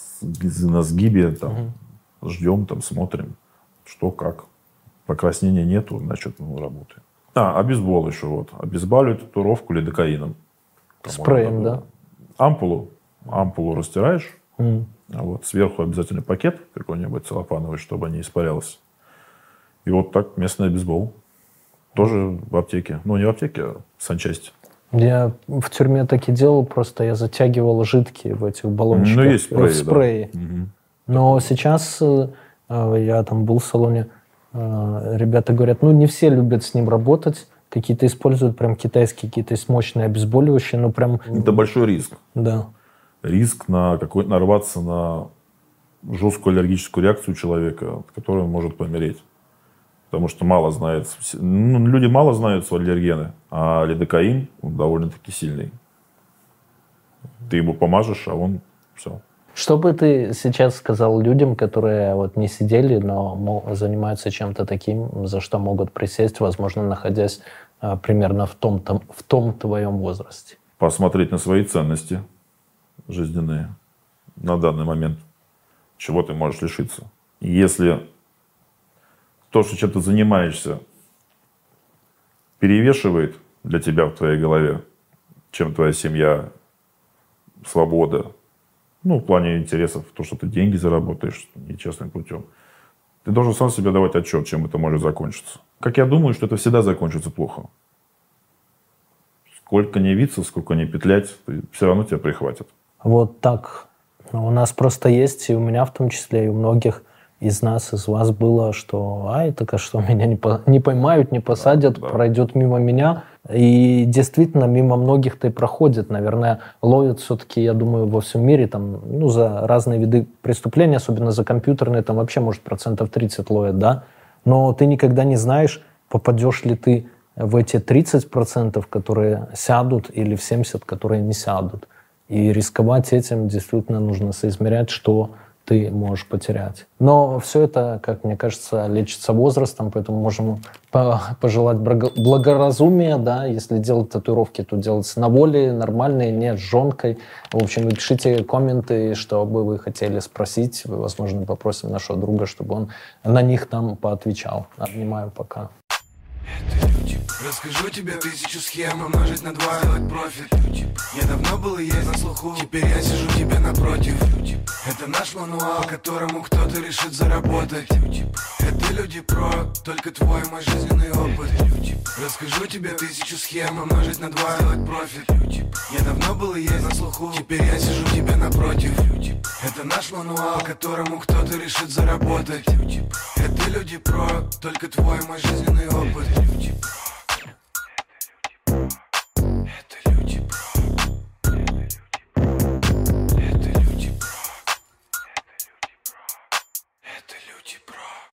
[SPEAKER 2] на сгибе. Там, ждем, там, смотрим, что, как. Покраснения нету, значит, мы работаем. Обезбол еще. Вот. Обезболиваю татуировку лидокаином.
[SPEAKER 1] Спреем, да?
[SPEAKER 2] Ампулу растираешь. Вот, сверху обязательно пакет какой-нибудь целлофановый, чтобы не испарялось. И вот так местный обезбол. Тоже в аптеке. Ну, не в аптеке, а в санчасти.
[SPEAKER 1] Я в тюрьме так и делал, просто я затягивал жидкие в этих баллончиках.
[SPEAKER 2] Ну, есть спреи,
[SPEAKER 1] в спрее.
[SPEAKER 2] Да.
[SPEAKER 1] Но сейчас я там был в салоне, ребята говорят, не все любят с ним работать, какие-то используют прям китайские, какие-то мощные обезболивающие, но прям...
[SPEAKER 2] Это большой риск.
[SPEAKER 1] Да.
[SPEAKER 2] Риск нарваться на жесткую аллергическую реакцию человека, от которой он может помереть. Потому что люди мало знают свои аллергены, а лидокаин довольно-таки сильный. Ты ему помажешь, а он все.
[SPEAKER 1] Что бы ты сейчас сказал людям, которые вот не сидели, но занимаются чем-то таким, за что могут присесть, возможно, находясь примерно в том твоем возрасте?
[SPEAKER 2] Посмотреть на свои ценности жизненные на данный момент. Чего ты можешь лишиться. Если то, что чем ты занимаешься, перевешивает для тебя в твоей голове, чем твоя семья, свобода, в плане интересов, то, что ты деньги заработаешь нечестным путем, ты должен сам себе давать отчет, чем это может закончиться. Как я думаю, что это всегда закончится плохо. Сколько не виться, сколько не петлять, все равно тебя прихватят. Вот
[SPEAKER 1] так. У нас просто есть, и у меня в том числе, и у многих из нас, из вас было, что так что меня не поймают, не посадят, пройдет мимо меня. И действительно, мимо многих-то и проходит. Наверное, ловят все-таки, я думаю, во всем мире за разные виды преступления, особенно за компьютерные, там вообще, может, 30% ловят, да? Но ты никогда не знаешь, попадешь ли ты в эти 30%, которые сядут, или в 70%, которые не сядут. И рисковать этим действительно нужно соизмерять, что ты можешь потерять. Но все это, как мне кажется, лечится возрастом, поэтому можем пожелать благоразумия, да, если делать татуировки, то делать на воле, нормальные, не с жонкой. В общем, вы пишите комменты, что бы вы хотели спросить. Вы, возможно, попросим нашего друга, чтобы он на них там поотвечал. Обнимаю, пока.
[SPEAKER 4] Расскажу тебе 1000 схем, умножить на 2, сделать профит. Я давно был и есть на слуху, теперь я сижу тебе напротив. Это наш мануал, которому кто-то решит заработать. Это люди про, только твой мой жизненный опыт. Расскажу тебе 1000 схем, умножить на 2, сделать профит. Я давно был и есть на слуху, теперь я сижу тебе напротив. Это наш мануал, которому кто-то решит заработать. Это люди про, только твой мой жизненный опыт.